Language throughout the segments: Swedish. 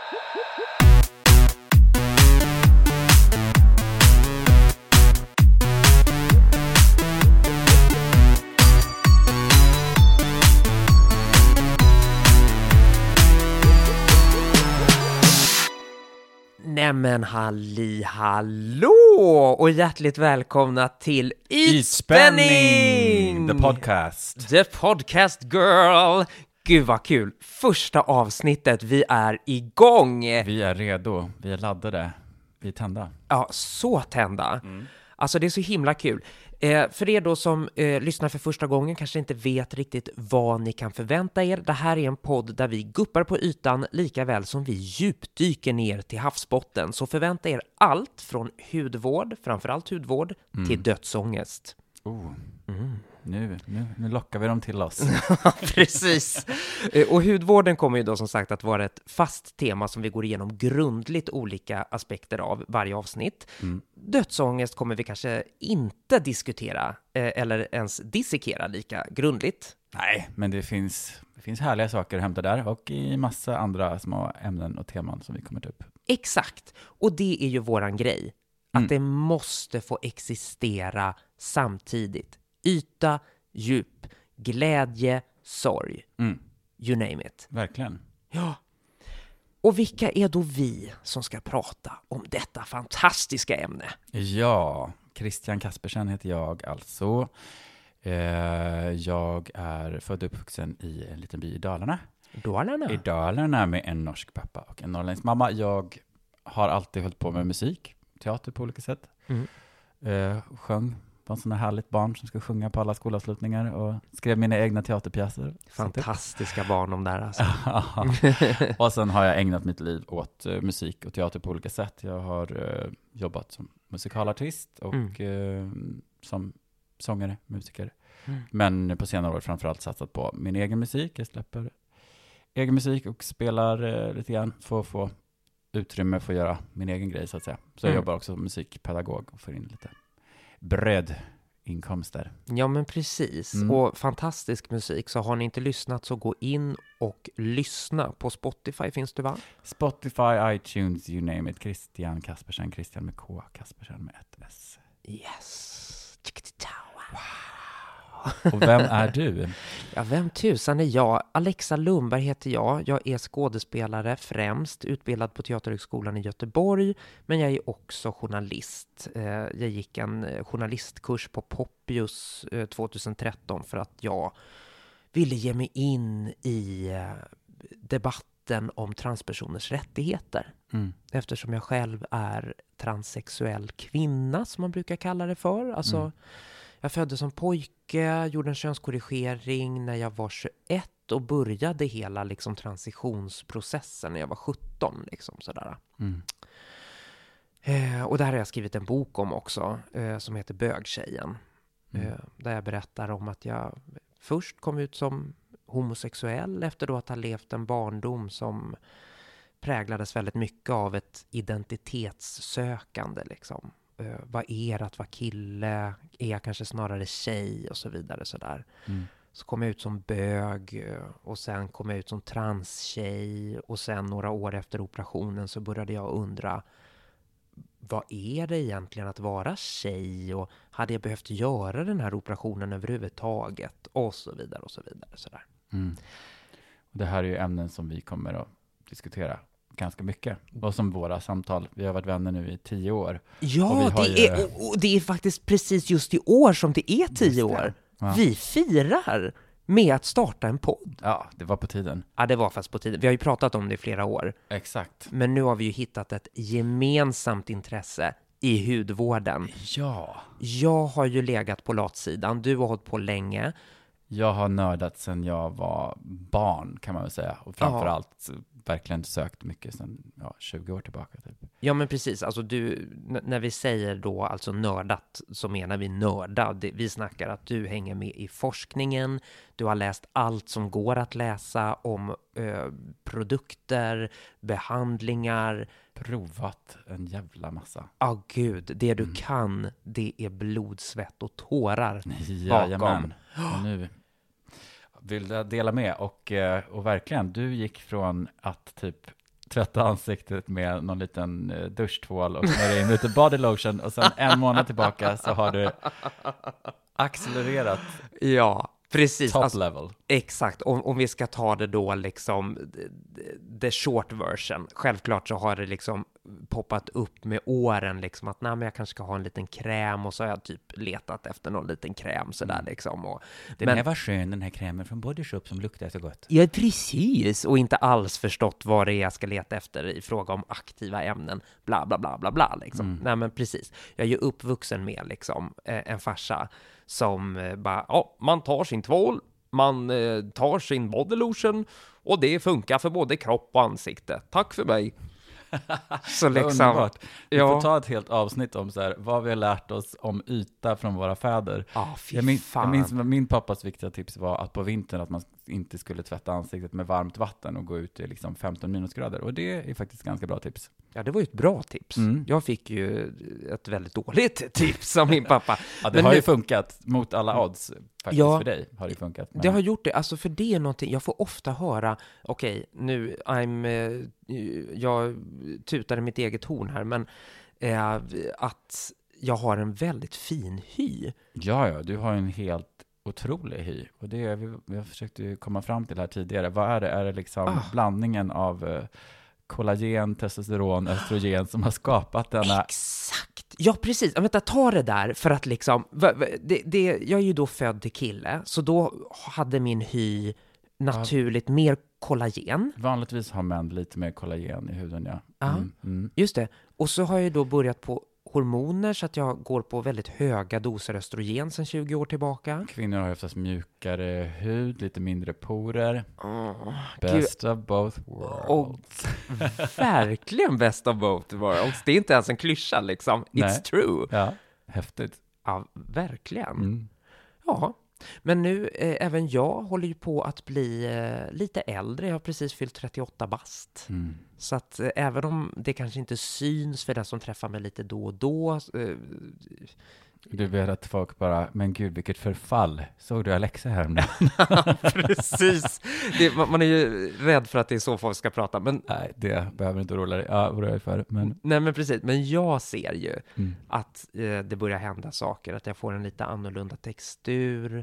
Nämen hallå och hjärtligt välkomna till Ytspänning! The podcast. The podcast girl! Gud vad kul, första avsnittet, vi är igång! Vi är redo, vi är laddade, vi är tända. Ja, så tända. Alltså det är så himla kul. För er då som lyssnar för första gången kanske inte vet riktigt vad ni kan förvänta er. Det här är en podd där vi guppar på ytan lika väl som vi djupdyker ner till havsbotten. Så förvänta er allt från hudvård, framförallt hudvård, till dödsångest. Nu lockar vi dem till oss. Precis. Och hudvården kommer ju då som sagt att vara ett fast tema som vi går igenom grundligt olika aspekter av varje avsnitt. Dödsångest kommer vi kanske inte diskutera eller ens dissekera lika grundligt. Nej, men det finns härliga saker att hämta där och i massa andra små ämnen och teman som vi kommer ta upp. Exakt. Och det är ju våran grej. Att det måste få existera samtidigt. Yta, djup, glädje, sorg. You name it. Verkligen. Ja. Och vilka är då vi som ska prata om detta fantastiska ämne? Ja, Christian Kaspersen heter jag alltså. Jag är född och uppvuxen i en liten by i Dalarna. I Dalarna med en norsk pappa och en norrländsk mamma. Jag har alltid hållit på med musik, teater på olika sätt. Sjöng. Var en sån här härligt barn som ska sjunga på alla skolavslutningar och skrev mina egna teaterpjäser. Fantastiska barn de där alltså. Och sen har jag ägnat mitt liv åt musik och teater på olika sätt. Jag har jobbat som musikalartist och som sångare, musiker. Men på senare år framförallt satsat på min egen musik. Jag släpper egen musik och spelar lite grann för att få utrymme för att göra min egen grej så att säga. Så jag jobbar också som musikpedagog och får in lite brödinkomster. Ja men precis. Och fantastisk musik. Så har ni inte lyssnat så gå in och lyssna. På Spotify finns det va? Spotify, iTunes, you name it. Christian Kaspersen, Christian med K, Kaspersen med ett S. Yes. Wow. Och vem är du? Ja, vem tusan är jag? Alexa Lundberg heter jag. Jag är skådespelare främst, utbildad på Teaterhögskolan i Göteborg. Men jag är också journalist. Jag gick en journalistkurs på Poppius 2013 för att jag ville ge mig in i debatten om transpersoners rättigheter. Eftersom jag själv är transsexuell kvinna, som man brukar kalla det för. Alltså... Jag föddes som pojke, gjorde en könskorrigering när jag var 21 och började hela liksom transitionsprocessen när jag var 17. Liksom, sådär. Och där har jag skrivit en bok om också som heter Bögtjejen. Där jag berättar om att jag först kom ut som homosexuell efter då att ha levt en barndom som präglades väldigt mycket av ett identitetssökande liksom. Vad är att vara kille? Är jag kanske snarare tjej? Och så vidare. Sådär. Så kom jag ut som bög. Och sen kom jag ut som transtjej. Och sen några år efter operationen så började jag undra. Vad är det egentligen att vara tjej? Och hade jag behövt göra den här operationen överhuvudtaget? Och så vidare och så vidare. Sådär. Det här är ju ämnen som vi kommer att diskutera ganska mycket. Och som våra samtal. Vi har varit vänner nu i 10 år. Ja, det är faktiskt precis just i år som det är 10 år. Ja. Vi firar med att starta en podd. Ja, det var på tiden. Ja, det var fast på tiden. Vi har ju pratat om det i flera år. Exakt. Men nu har vi ju hittat ett gemensamt intresse i hudvården. Ja. Jag har ju legat på latsidan. Du har hållit på länge. Jag har nördat sedan jag var barn kan man väl säga. Och framförallt verkligen sökt mycket sedan 20 år tillbaka typ. Ja men precis, alltså när vi säger då alltså nördat så menar vi nörda. Vi snackar att du hänger med i forskningen, du har läst allt som går att läsa om produkter, behandlingar. Provat en jävla massa. Ja gud, det du kan, det är blod, svett och tårar bakom. Och nu vill jag dela med och verkligen, du gick från att typ tvätta ansiktet med någon liten duschtvål och smörja in lite body lotion och sen en månad tillbaka så har du accelererat. Ja, precis. Top level. Exakt, om vi ska ta det då liksom the short version. Självklart så har det liksom poppat upp med åren liksom att nej, men jag kanske ska ha en liten kräm och så har jag typ letat efter någon liten kräm sådär liksom. Och, den här var skön, den här krämen från Body Shop som luktar så gott. Ja, precis. Och inte alls förstått vad det är jag ska leta efter i fråga om aktiva ämnen. Bla, bla, bla, bla, bla liksom. Nej, men precis. Jag är ju uppvuxen med liksom en farsa som bara, ja, man tar sin tvål, man tar sin body lotion och det funkar för både kropp och ansikte. Tack för mig. Så liksom, underbart. Vi får ta ett helt avsnitt om så här, vad vi har lärt oss om yta från våra fäder. Jag minns min pappas viktiga tips var att på vintern att man inte skulle tvätta ansiktet med varmt vatten och gå ut i liksom 15 minusgrader. Och det är faktiskt ganska bra tips. Ja, det var ju ett bra tips. Jag fick ju ett väldigt dåligt tips av min pappa. Ja, det har ju funkat mot alla odds faktiskt för dig. Har det funkat. Men... Det har gjort det. Alltså för det är någonting, jag får ofta höra, okej, nu jag tutade mitt eget horn här, men att jag har en väldigt fin hy. Ja, du har en helt otrolig hy. Och det vi har försökt ju komma fram till här tidigare. Vad är det? Är det liksom blandningen av kollagen, testosteron, östrogen som har skapat denna... Exakt! Ja, precis. Vänta, ta det där för att liksom... jag är ju då född till kille, så då hade min hy naturligt mer kollagen. Vanligtvis har män lite mer kollagen i huden, ja. Just det. Och så har jag då börjat på hormoner så att jag går på väldigt höga doser östrogen sedan 20 år tillbaka. Kvinnor har oftast mjukare hud, lite mindre porer. Best of both worlds. Verkligen best of both worlds. Det är inte ens en klyscha liksom. It's true. Ja, häftigt. Ja, verkligen. Ja. Men nu, även jag håller ju på att bli lite äldre. Jag har precis fyllt 38 bast. Så att även om det kanske inte syns för den som träffar mig lite då och då. Du vet att folk bara, men gud vilket förfall. Såg du Alexa här nu? Precis. Man är ju rädd för att det är så folk ska prata. Men... Nej, det behöver inte oroa dig. Ja, oroa dig för. Men... Nej, men precis. Men jag ser ju att det börjar hända saker. Att jag får en lite annorlunda textur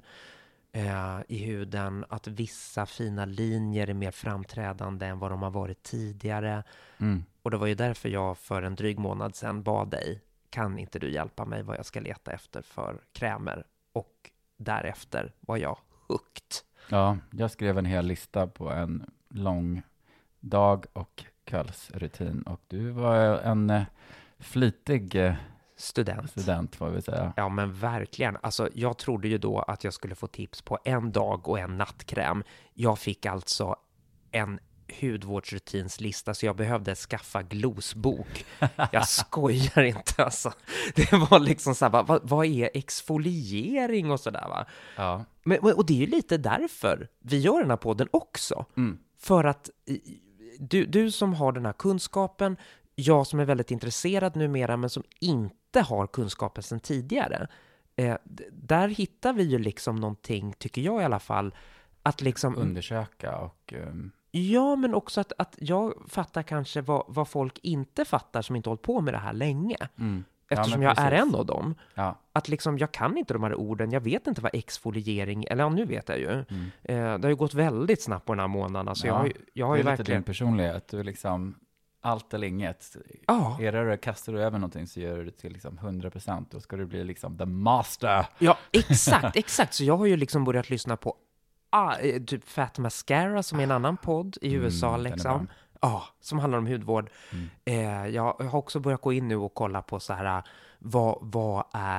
i huden. Att vissa fina linjer är mer framträdande än vad de har varit tidigare. Och det var ju därför jag för en dryg månad sedan bad dig. Kan inte du hjälpa mig vad jag ska leta efter för krämer? Och därefter var jag hooked. Ja, jag skrev en hel lista på en lång dag- och kvällsrutin. Och du var en flitig student får vi säga. Ja, men verkligen. Alltså, jag trodde ju då att jag skulle få tips på en dag och en nattkräm. Jag fick alltså en hudvårdsrutinslista, så jag behövde skaffa glosbok. Jag skojar inte alltså. Det var liksom så här, vad är exfoliering och sådär va? Ja. Och det är ju lite därför vi gör den här podden också. För att du som har den här kunskapen, jag som är väldigt intresserad numera men som inte har kunskapen sedan tidigare. Där hittar vi ju liksom någonting, tycker jag i alla fall, att liksom undersöka och... Ja, men också att jag fattar kanske vad folk inte fattar som inte hållit på med det här länge. Eftersom jag är en av dem. Ja. Att liksom, jag kan inte de här orden. Jag vet inte vad exfoliering... Eller ja, nu vet jag ju. Det har ju gått väldigt snabbt på den här månaden. Så jag har ju det är lite verkligen... din personlighet. Du är liksom allt eller inget. Ja. Kastar du över någonting så gör du det till liksom 100%. Då ska du bli liksom the master. Ja, exakt. Så jag har ju liksom börjat lyssna på typ Fat Mascara som är en annan podd i USA liksom. Som handlar om hudvård. Jag har också börjat gå in nu och kolla på så här vad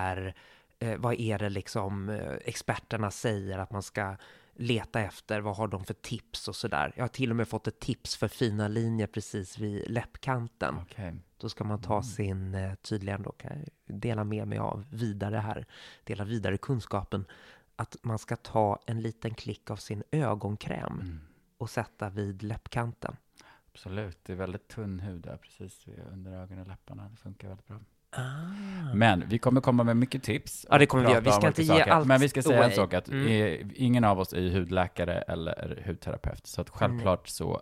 är det liksom experterna säger att man ska leta efter, vad har de för tips och sådär. Jag har till och med fått ett tips för fina linjer precis vid läppkanten. Okay. Då ska man ta sin, tydligen då kan jag dela med mig av vidare här, dela vidare kunskapen, att man ska ta en liten klick av sin ögonkräm och sätta vid läppkanten. Absolut, det är väldigt tunn hud där precis under ögonen och läpparna. Det funkar väldigt bra. Men vi kommer komma med mycket tips. Ja, det kommer vi göra. Vi ska inte ge allt. Men vi ska säga en sak, att ingen av oss är hudläkare eller hudterapeut. Så att självklart så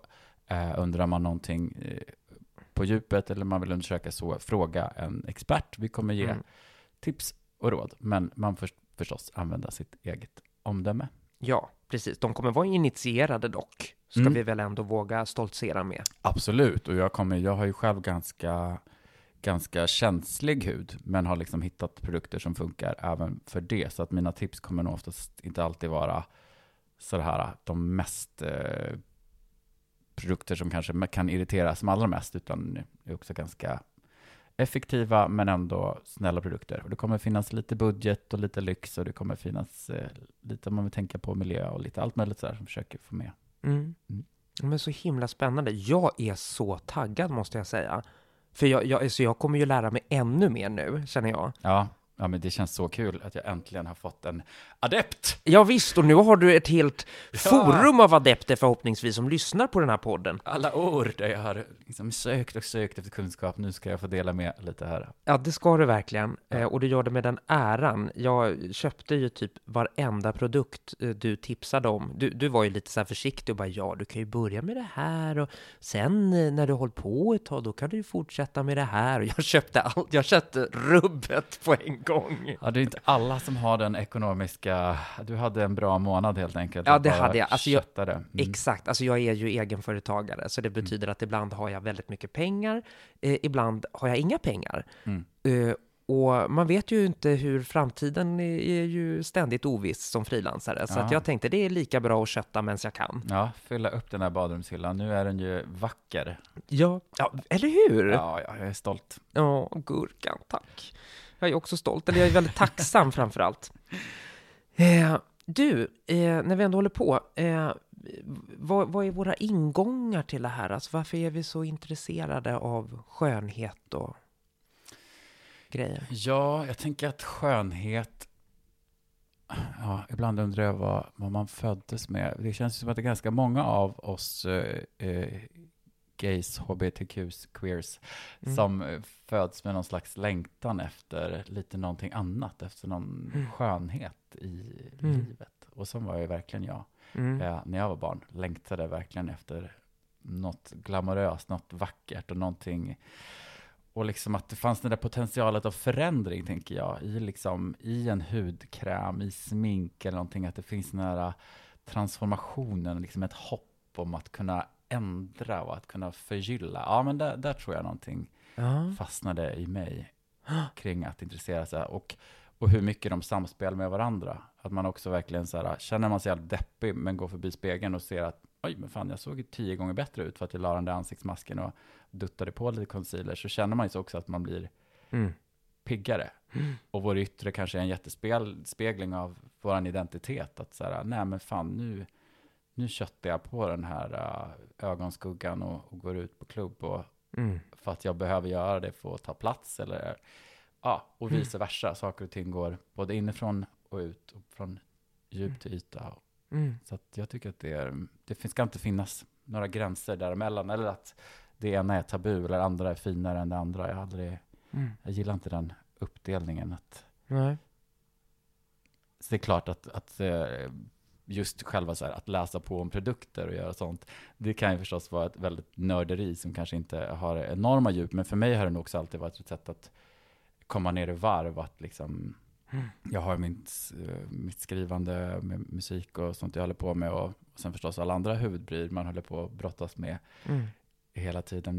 Undrar man någonting på djupet eller man vill undersöka, så fråga en expert. Vi kommer ge tips och råd, men man får förstås använda sitt eget omdöme. Ja, precis. De kommer vara initierade dock. Ska vi väl ändå våga stoltsera med. Absolut, och jag har ju själv ganska känslig hud, men har liksom hittat produkter som funkar även för det. Så att mina tips kommer nog oftast inte alltid vara så här de mest produkter som kanske kan irritera som allra mest, utan är också ganska effektiva men ändå snälla produkter. Och det kommer finnas lite budget och lite lyx, och det kommer finnas lite om man vill tänka på miljö och lite allt möjligt så här som försöker få med. Men så himla spännande. Jag är så taggad, måste jag säga. För jag kommer ju lära mig ännu mer nu, känner jag. Ja, men det känns så kul att jag äntligen har fått en adept. Ja visst, och nu har du ett helt forum av adepter förhoppningsvis som lyssnar på den här podden. Alla år där jag har liksom sökt efter kunskap, nu ska jag få dela med lite här. Ja, det ska du verkligen. Och du gör det med den äran. Jag köpte ju typ varenda produkt du tipsade om. Du var ju lite så här försiktig och bara, du kan ju börja med det här och sen när du har hållit på ett tag, då kan du ju fortsätta med det här. Och jag köpte allt. Jag köpte rubbet på en gång. Ja, det är inte alla som har den ekonomiska... Du hade en bra månad helt enkelt. Ja, det hade jag. Alltså Exakt. Alltså jag är ju egenföretagare, så det betyder att ibland har jag väldigt mycket pengar, ibland har jag inga pengar. Och man vet ju inte hur framtiden är ju ständigt oviss som frilansare. Så att jag tänkte det är lika bra att kötta medan jag kan. Ja, fylla upp den här badrumshyllan. Nu är den ju vacker. Ja, eller hur? Ja, jag är stolt. Ja, gurkan, tack. Jag är också stolt, eller jag är väldigt tacksam framför allt. När vi ändå håller på, vad är våra ingångar till det här? Alltså, varför är vi så intresserade av skönhet och grejer? Ja, jag tänker att skönhet... Ja, ibland undrar jag vad man föddes med. Det känns som att det är ganska många av oss gays, hbtqs, queers som föds med någon slags längtan efter lite någonting annat, efter någon skönhet i livet. Och så var ju verkligen jag. När jag var barn längtade verkligen efter något glamoröst, något vackert och någonting. Och liksom att det fanns den där potentialet av förändring, tänker jag, i en hudkräm, i smink eller någonting, att det finns den här transformationen, liksom ett hopp om att kunna ändra och att kunna förgylla. Ja, men där tror jag någonting fastnade i mig kring att intressera sig. Och hur mycket de samspelar med varandra. Att man också verkligen så här, känner man sig helt deppig men går förbi spegeln och ser att oj, men fan, jag såg ju 10 gånger bättre ut för att jag la den där ansiktsmasken och duttade på lite concealer, så känner man ju också att man blir piggare. Och vår yttre kanske är en jättespegling av vår identitet. Att så här, nej men fan, nu köttar jag på den här ögonskuggan och går ut på klubb och för att jag behöver göra det för att ta plats eller och vice versa. Saker och ting går både inifrån och ut och från djup till yta. Så att jag tycker att det ska inte finnas några gränser däremellan, eller att det ena är tabu eller andra är finare än det andra. Jag gillar inte den uppdelningen. Nej. Så det är klart att just själva så här, att läsa på om produkter och göra sånt, det kan ju förstås vara ett väldigt nörderi som kanske inte har enorma djup, men för mig har det nog också alltid varit ett sätt att komma ner i varv, att liksom jag har mitt skrivande med musik och sånt jag håller på med, och sen förstås alla andra huvudbry man håller på att brottas med hela tiden,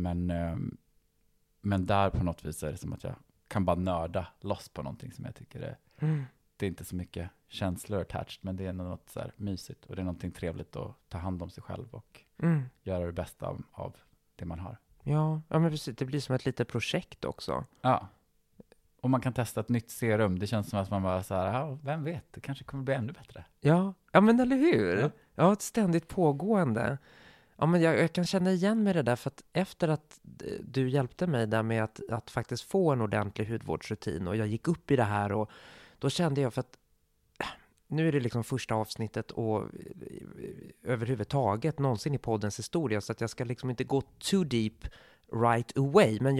men där på något vis är det som att jag kan bara nörda loss på någonting som jag tycker är det är inte så mycket känslor attached, men det är något så här mysigt och det är någonting trevligt att ta hand om sig själv och göra det bästa av det man har. Ja, men precis. Det blir som ett litet projekt också. Ja. Och man kan testa ett nytt serum. Det känns som att man bara så här, vem vet, det kanske kommer bli ännu bättre. Ja men eller hur? Ja, ett ständigt pågående. Ja, men jag kan känna igen mig det där, för att efter att du hjälpte mig där med att faktiskt få en ordentlig hudvårdsrutin och jag gick upp i det här, och då kände jag, för att nu är det liksom första avsnittet och överhuvudtaget någonsin i poddens historia, så att jag ska liksom inte gå too deep right away, men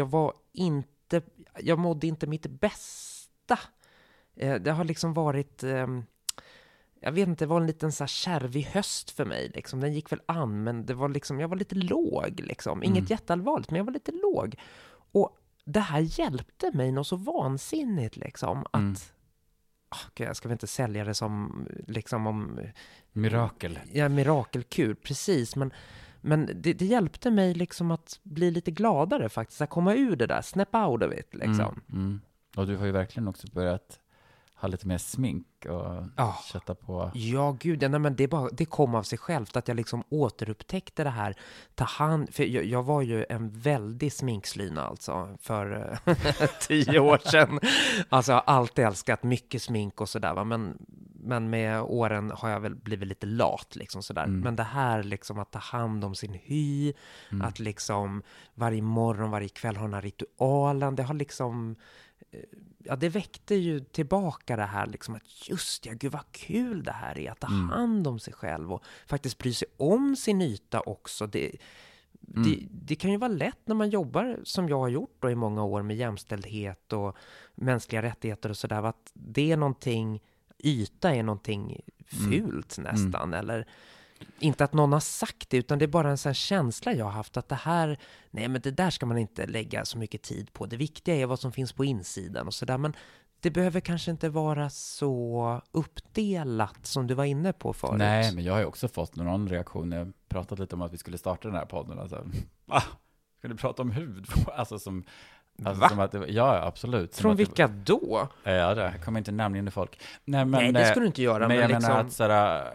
jag mådde inte mitt bästa. Det har liksom varit jag vet inte, det var en liten så här kärvig höst för mig liksom. Den gick väl an, men det var liksom, jag var lite låg liksom. Inget jätteallvarligt, men jag var lite låg. Och det här hjälpte mig något så vansinnigt liksom, att jag ska väl inte sälja det som liksom om mirakel. Ja, mirakelkur, precis, men det hjälpte mig liksom att bli lite gladare faktiskt, att komma ur det där, snap out of it liksom. Och du har ju verkligen också börjat ha lite mer smink och sätta på. Ja, gud, nej, men det kom av sig självt att jag liksom återupptäckte det här. För jag var ju en väldig sminkslyna alltså för 10 år sedan. Alltså jag har alltid älskat mycket smink och sådär, va? Men med åren har jag väl blivit lite lat liksom sådär. Men det här liksom att ta hand om sin hy, att liksom varje morgon, varje kväll ha den här ritualen, det har liksom... Ja, det väckte ju tillbaka det här liksom att just gud vad kul det här är att ta hand om sig själv och faktiskt bry sig om sin yta också. Det kan ju vara lätt när man jobbar som jag har gjort då i många år med jämställdhet och mänskliga rättigheter och sådär, att det är någonting, yta är någonting fult nästan, eller inte att någon har sagt det, utan det är bara en sån känsla jag har haft att det här, nej men det där ska man inte lägga så mycket tid på. Det viktiga är vad som finns på insidan och sådär, men det behöver kanske inte vara så uppdelat som du var inne på förut. Nej, men jag har ju också fått någon reaktion. Jag pratade lite om att vi skulle starta den här podden. Alltså, ska du prata om hudvård? Alltså som att det, ja, absolut. Från vilka då? Ja, det kommer inte nämna in i folk. Nej, det ska du inte göra. Men jag liksom... menar att sådär...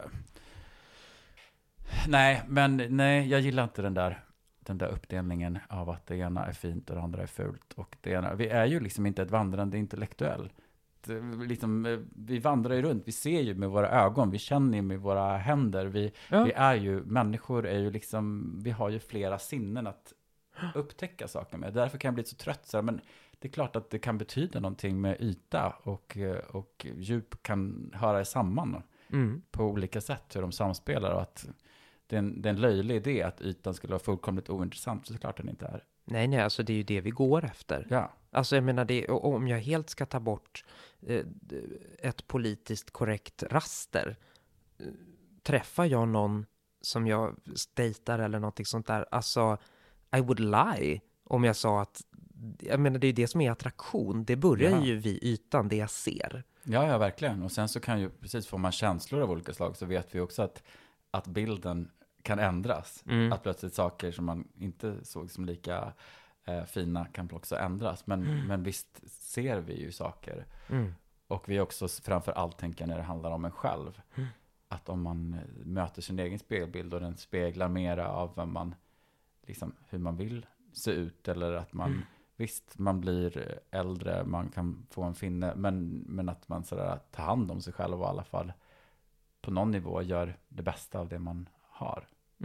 Nej, jag gillar inte den där uppdelningen av att det ena är fint och det andra är fult. Och det ena, vi är ju liksom inte ett vandrande intellektuell. Liksom, vi vandrar ju runt, vi ser ju med våra ögon, vi känner ju med våra händer. Vi är ju, människor är ju liksom, vi har ju flera sinnen att upptäcka saker med. Därför kan jag bli så trött. Så här, men det är klart att det kan betyda någonting med yta och djup kan höra samman på olika sätt, hur de samspelar, och att det är en löjlig idé att ytan skulle vara fullkomligt ointressant, så klart den inte är. Nej, alltså det är ju det vi går efter. Ja. Alltså jag menar, om jag helt ska ta bort ett politiskt korrekt raster, träffar jag någon som jag dejtar eller någonting sånt där, alltså I would lie om jag sa att, jag menar det är det som är attraktion, det börjar ju vid ytan, det jag ser. Ja, verkligen. Och sen så kan ju, precis, får man känslor av olika slag, så vet vi också att bilden kan ändras. Att plötsligt saker som man inte såg som lika fina kan också ändras. Men visst ser vi ju saker. Och vi också framför allt tänker när det handlar om en själv. Att om man möter sin egen spegelbild och den speglar mera av vad man, liksom, hur man vill se ut. Eller att man, visst, man blir äldre, man kan få en finne. Men att man sådär tar hand om sig själv och i alla fall på någon nivå gör det bästa av det man har.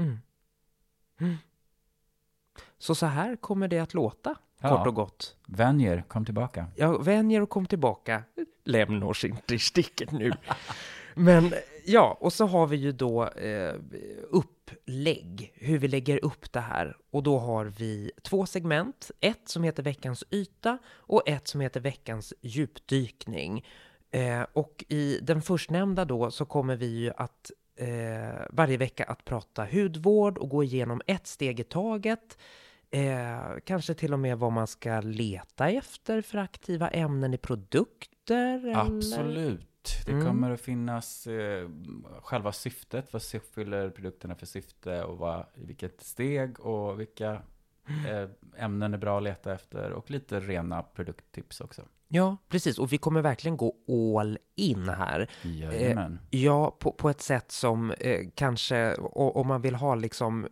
Så här kommer det att låta, kort och gott. Vänjer, kom tillbaka. Ja, vänjer och kom tillbaka. Lämna oss inte i sticket nu. Men ja, och så har vi ju då upplägg, hur vi lägger upp det här. Och då har vi 2 segment, ett som heter veckans yta och ett som heter veckans djupdykning. Och i den förstnämnda då så kommer vi ju att varje vecka att prata hudvård och gå igenom ett steg i taget. Kanske till och med vad man ska leta efter för aktiva ämnen i produkter. Eller? Absolut. Det kommer att finnas själva syftet. Vad fyller produkterna för syfte och vilket steg och vilka ämnen är bra att leta efter. Och lite rena produkttips också. Ja, precis. Och vi kommer verkligen gå all in här. Ja, på ett sätt som kanske, om man vill ha liksom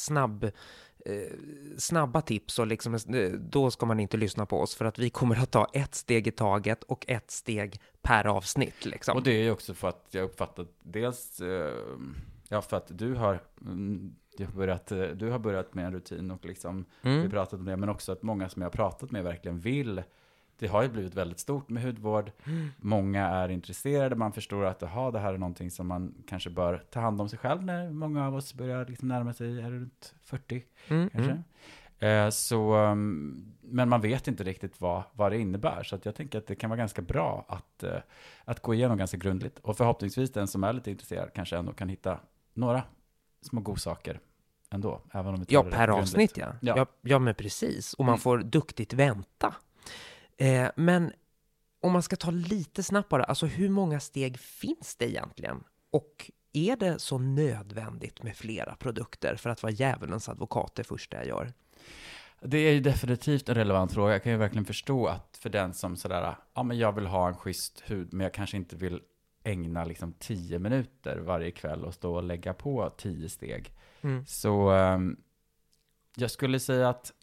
snabba tips, och liksom, då ska man inte lyssna på oss, för att vi kommer att ta ett steg i taget och ett steg per avsnitt. Liksom. Och det är ju också för att jag uppfattat dels, för att du har börjat med en rutin och liksom, vi pratat om det, men också att många som jag har pratat med verkligen vill. Det har ju blivit väldigt stort med hudvård. Många är intresserade. Man förstår att det här är någonting som man kanske bör ta hand om sig själv när många av oss börjar liksom närma sig runt 40 kanske. Men man vet inte riktigt vad det innebär. Så att jag tänker att det kan vara ganska bra att gå igenom ganska grundligt. Och förhoppningsvis den som är lite intresserad kanske ändå kan hitta några små godsaker ändå. Även om vi tar det per grundligt. avsnitt, ja, men precis. Och man får duktigt vänta. Men om man ska ta lite snabbare, alltså hur många steg finns det egentligen? Och är det så nödvändigt med flera produkter för att vara djävulens advokat det första jag gör? Det är ju definitivt en relevant fråga. Jag kan ju verkligen förstå att för den som sådär, ja men jag vill ha en schysst hud, men jag kanske inte vill ägna liksom 10 minuter varje kväll och stå och lägga på 10 steg. Så jag skulle säga att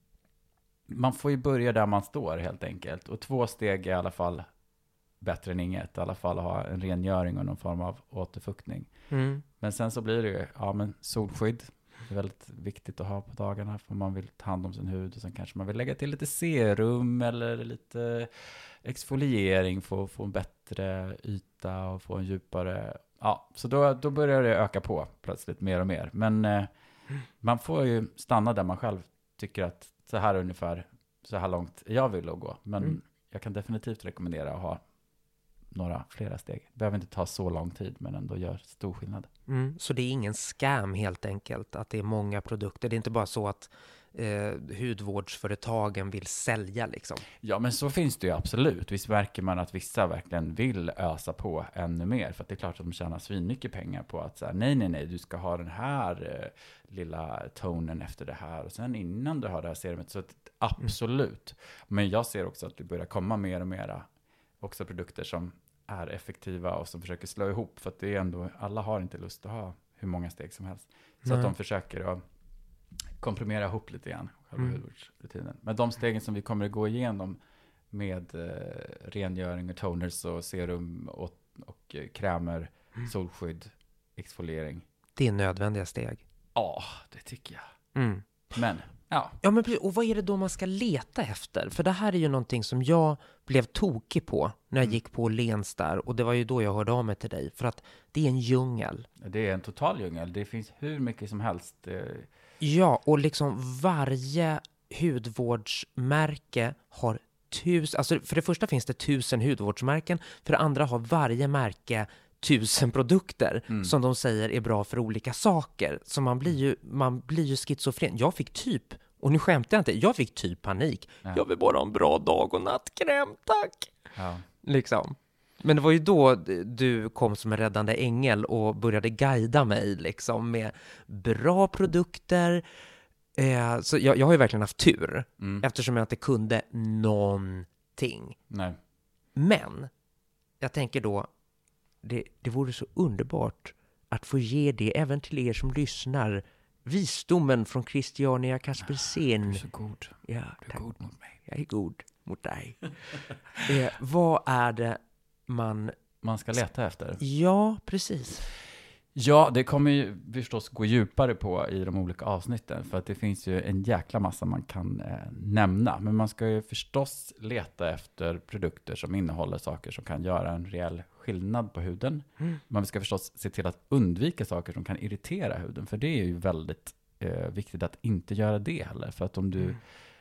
man får ju börja där man står helt enkelt. Och 2 steg är i alla fall bättre än inget. I alla fall ha en rengöring och någon form av återfuktning. Men sen så blir det ju, solskydd. Det är väldigt viktigt att ha på dagarna för man vill ta hand om sin hud. Och sen kanske man vill lägga till lite serum eller lite exfoliering för att få en bättre yta och få en djupare... Ja, så då börjar det öka på plötsligt mer och mer. Men man får ju stanna där man själv tycker att så här långt jag vill gå. Men jag kan definitivt rekommendera att ha några flera steg. Det behöver inte ta så lång tid men ändå gör stor skillnad. Så det är ingen scam helt enkelt att det är många produkter. Det är inte bara så att hudvårdsföretagen vill sälja liksom. Ja, men så finns det ju absolut. Visst märker man att vissa verkligen vill ösa på ännu mer. För att det är klart att de tjänar svinmycket pengar på att säga nej, du ska ha den här lilla tonen efter det här. Och sen innan du har det här serumet. Så att, absolut. Men jag ser också att det börjar komma mer och mer också produkter som är effektiva och som försöker slå ihop. För att det är ändå, alla har inte lust att ha hur många steg som helst. Så att de försöker att komprimera ihop lite grann själva hudvårdsrutinen. Men de stegen som vi kommer att gå igenom med rengöring och toners och serum och krämer, solskydd, exfoliering. Det är nödvändiga steg. Ja, det tycker jag. Men, ja, men och vad är det då man ska leta efter? För det här är ju någonting som jag blev tokig på när jag gick på Åhléns där. Och det var ju då jag hörde av mig till dig. För att det är en djungel. Det är en total djungel. Det finns hur mycket som helst. Ja, och liksom varje hudvårdsmärke har 1000... Alltså för det första finns det 1000 hudvårdsmärken. För det andra har varje märke 1000 produkter som de säger är bra för olika saker. Så man blir ju schizofren. Jag fick typ, och nu skämtar jag inte, jag fick typ panik. Ja. Jag vill bara ha en bra dag- och nattkräm, tack! Ja. Liksom. Men det var ju då du kom som en räddande ängel och började guida mig liksom med bra produkter. Så jag har ju verkligen haft tur eftersom jag inte kunde någonting. Nej. Men jag tänker då det vore så underbart att få ge det även till er som lyssnar. Visdomen från Christiania Kaspersen. Du är så god. Ja, du är god mot mig. Jag är god mot dig. Vad är det man ska leta efter? Ja, precis. Ja, det kommer ju förstås gå djupare på i de olika avsnitten. För att det finns ju en jäkla massa man kan nämna. Men man ska ju förstås leta efter produkter som innehåller saker som kan göra en rejäl skillnad på huden. Man ska förstås se till att undvika saker som kan irritera huden. För det är ju väldigt viktigt att inte göra det heller. För att om du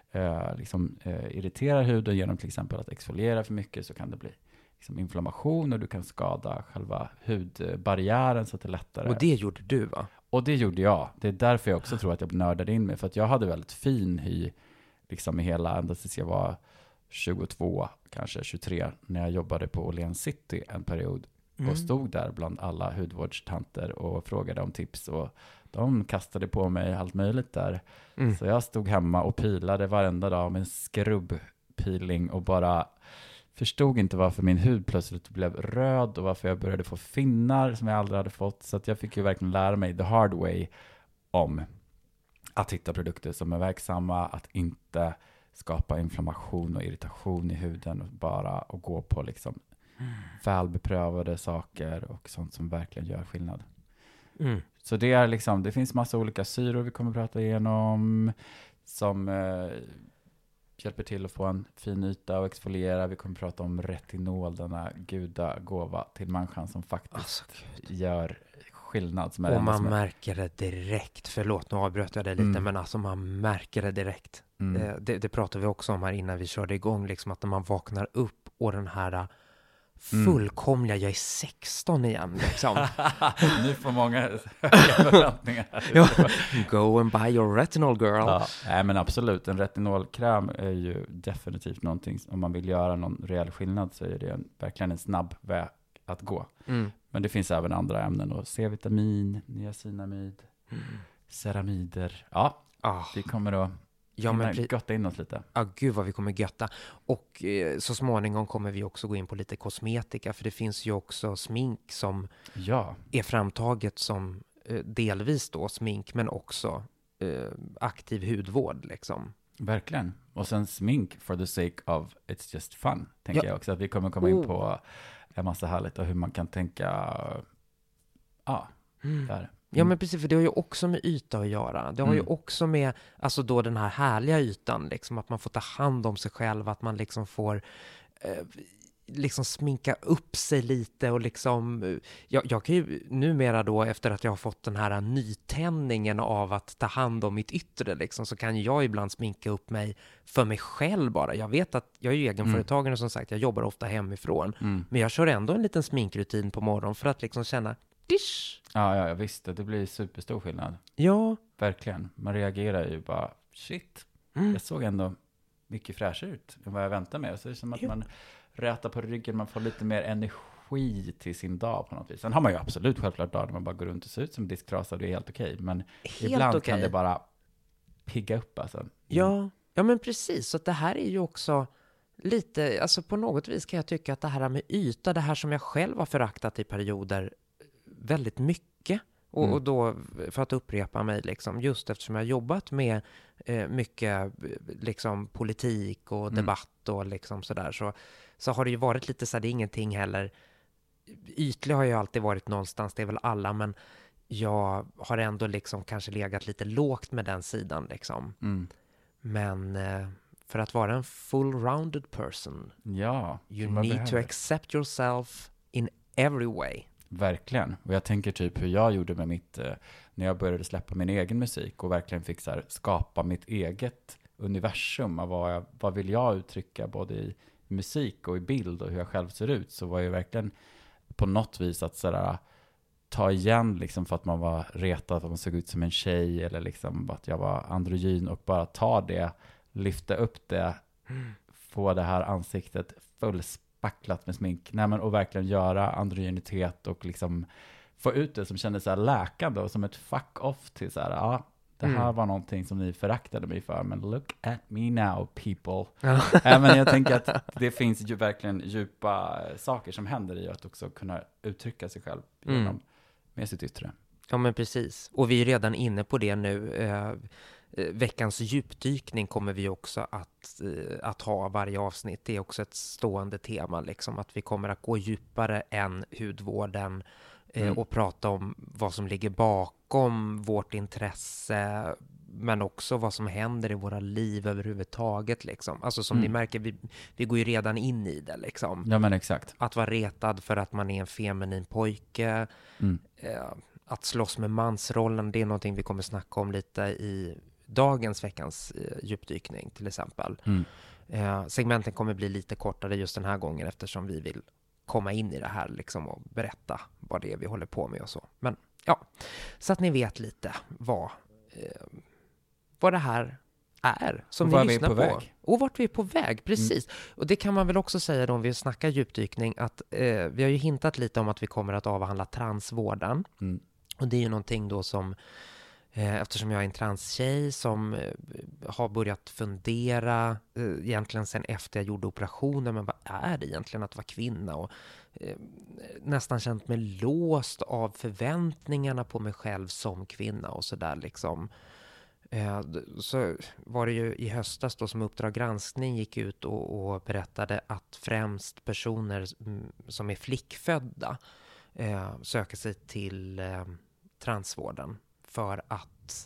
irriterar huden genom till exempel att exfoliera för mycket så kan det bli inflammation och du kan skada själva hudbarriären så att det är lättare. Och det gjorde du, va? Och det gjorde jag. Det är därför jag också tror att jag nördade in mig. För att jag hade väldigt fin hy i hela, ända tills jag var 22, kanske 23, när jag jobbade på Åhléns City en period. Och stod där bland alla hudvårdstanter och frågade om tips. Och de kastade på mig allt möjligt där. Så jag stod hemma och pilade varenda dag med en skrubbpeeling och bara förstod inte varför min hud plötsligt blev röd och varför jag började få finnar som jag aldrig hade fått. Så att jag fick ju verkligen lära mig the hard way om att hitta produkter som är verksamma, att inte skapa inflammation och irritation i huden och bara och gå på välbeprövade saker och sånt som verkligen gör skillnad. Så det är det finns massa olika syror vi kommer att prata igenom som hjälper till att få en fin yta och exfoliera. Vi kommer att prata om retinol, denna gudagåva till människan som faktiskt gör skillnad som är och man som märker det direkt. Förlåt, nu avbröt jag det lite, men alltså man märker det direkt. Det pratar vi också om här innan vi körde igång, liksom att när man vaknar upp och den här fullkomliga, jag är 16 igen liksom. Nu får många förväntningar. Ja, go and buy your retinol girl. Ja, nej, men absolut, en retinolkräm är ju definitivt någonting, om man vill göra någon reell skillnad så är det verkligen en snabb väg att gå. Men det finns även andra ämnen, och C-vitamin, niacinamid, ceramider. Ja, vi kommer att götta in oss lite. Ja, gud vad vi kommer götta. Och så småningom kommer vi också gå in på lite kosmetika, för det finns ju också smink som är framtaget som delvis då smink, men också aktiv hudvård liksom. Verkligen. Och sen smink for the sake of it's just fun, tänker jag också. Att vi kommer komma in på en massa härligt och hur man kan tänka där. Ja, men precis, för det har ju också med yta att göra. Det har ju också med, alltså då den här härliga ytan, liksom, att man får ta hand om sig själv, att man liksom får liksom sminka upp sig lite och liksom, jag kan ju numera då, efter att jag har fått den här nytändningen av att ta hand om mitt yttre liksom, så kan jag ibland sminka upp mig för mig själv bara. Jag vet att jag är ju egenföretagare, som sagt, jag jobbar ofta hemifrån, men jag kör ändå en liten sminkrutin på morgonen för att liksom känna dish. Ja, visst, det blir superstor skillnad. Ja. Verkligen. Man reagerar ju bara, shit, jag såg ändå mycket fräschare ut än vad jag väntade med. Så det är som att man rätar på ryggen, man får lite mer energi till sin dag på något vis. Sen har man ju absolut självklart dagar när man bara går runt och ser ut som disktrasa, det är helt okej. Men ibland kan det bara pigga upp alltså. Ja, men precis. Så det här är ju också lite, alltså på något vis kan jag tycka att det här med yta, det här som jag själv har föraktat i perioder väldigt mycket. Och då, för att upprepa mig, liksom, just eftersom jag har jobbat med mycket liksom, politik och debatt och liksom sådär, så har det ju varit lite så här, det är ingenting heller. Ytlig har jag alltid varit någonstans, det är väl alla, men jag har ändå liksom kanske legat lite lågt med den sidan liksom. Men för att vara en full-rounded person, you need to accept yourself in every way. Verkligen. Och jag tänker typ hur jag gjorde med mitt, när jag började släppa min egen musik och verkligen fick så här, skapa mitt eget universum av vad vill jag uttrycka både i musik och i bild och hur jag själv ser ut, så var jag verkligen på något vis att sådär, ta igen liksom, för att man var retad att man såg ut som en tjej eller liksom att jag var androgyn, och bara ta det, lyfta upp det, få det här ansiktet fullspacklat med smink. Och verkligen göra androgynitet och liksom få ut det som kändes så här läkande och som ett fuck off till så här, det här var någonting som ni föraktade mig för, men look at me now, people. Men jag tänker att det finns ju verkligen djupa saker som händer i att också kunna uttrycka sig själv med sitt yttre. Ja, men precis. Och vi är redan inne på det nu. Veckans djupdykning kommer vi också att ha varje avsnitt. Det är också ett stående tema, liksom, att vi kommer att gå djupare än hudvården och prata om vad som ligger bakom vårt intresse, men också vad som händer i våra liv överhuvudtaget. Liksom. Alltså som ni märker, vi går ju redan in i det. Liksom. Ja, men exakt. Att vara retad för att man är en feminin pojke, att slåss med mansrollen, det är någonting vi kommer snacka om lite i veckans djupdykning till exempel. Segmenten kommer bli lite kortare just den här gången, eftersom vi vill komma in i det här liksom, och berätta vad det är vi håller på med och så. Men ja, så att ni vet lite vad det här är som ni lyssnar på. Väg. Och vart vi är på väg, precis. Och det kan man väl också säga då, om vi snackar djupdykning, att vi har ju hintat lite om att vi kommer att avhandla transvården. Och det är ju någonting då som, eftersom jag är en transtjej som har börjat fundera egentligen sen efter jag gjorde operationen, men vad är det egentligen att vara kvinna, och nästan känt mig låst av förväntningarna på mig själv som kvinna och sådär liksom. Så var det ju i höstas då som Uppdrag granskning gick ut och berättade att främst personer som är flickfödda söker sig till transvården för att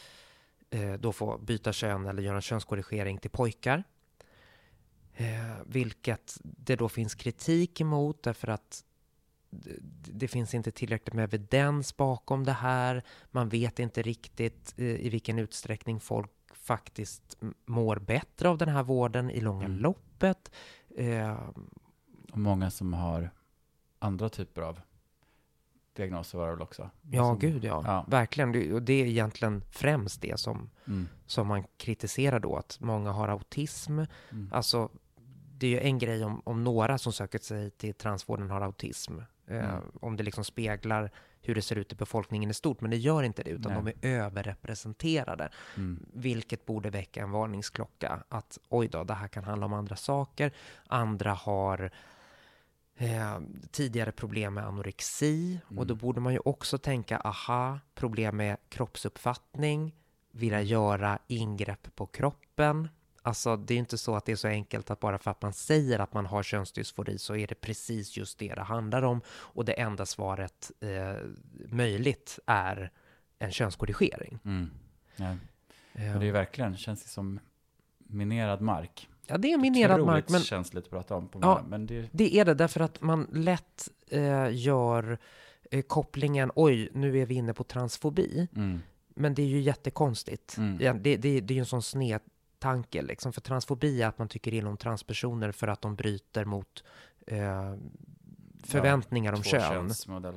då få byta kön eller göra en könskorrigering till pojkar. Vilket det då finns kritik emot, därför att det finns inte tillräckligt med evidens bakom det här. Man vet inte riktigt i vilken utsträckning folk faktiskt mår bättre av den här vården i långa loppet. Och många som har andra typer av diagnoser var det väl också? Ja, gud ja. Verkligen. Och det är egentligen främst det som man kritiserar då, att många har autism. Alltså, det är ju en grej om några som söker sig till transvården har autism. Om det liksom speglar hur det ser ut i befolkningen i stort. Men det gör inte det, utan de är överrepresenterade. Vilket borde väcka en varningsklocka. Att oj då, det här kan handla om andra saker. Andra har tidigare problem med anorexi. Och då borde man ju också tänka, problem med kroppsuppfattning. Vilja göra ingrepp på kroppen. Alltså det är inte så att det är så enkelt att bara för att man säger att man har könsdysfori så är det precis just det handlar om. Och det enda svaret möjligt är en könskorrigering. Ja. Och det är verkligen, känns det som minerad mark. Ja, det är minerad mark. Men känsligt att prata om. Men det är det därför att man lätt gör kopplingen, nu är vi inne på transfobi. Men det är ju jättekonstigt. Det är ju en sån sned tanke liksom, för transfobi är att man tycker illa om transpersoner för att de bryter mot förväntningar om kön.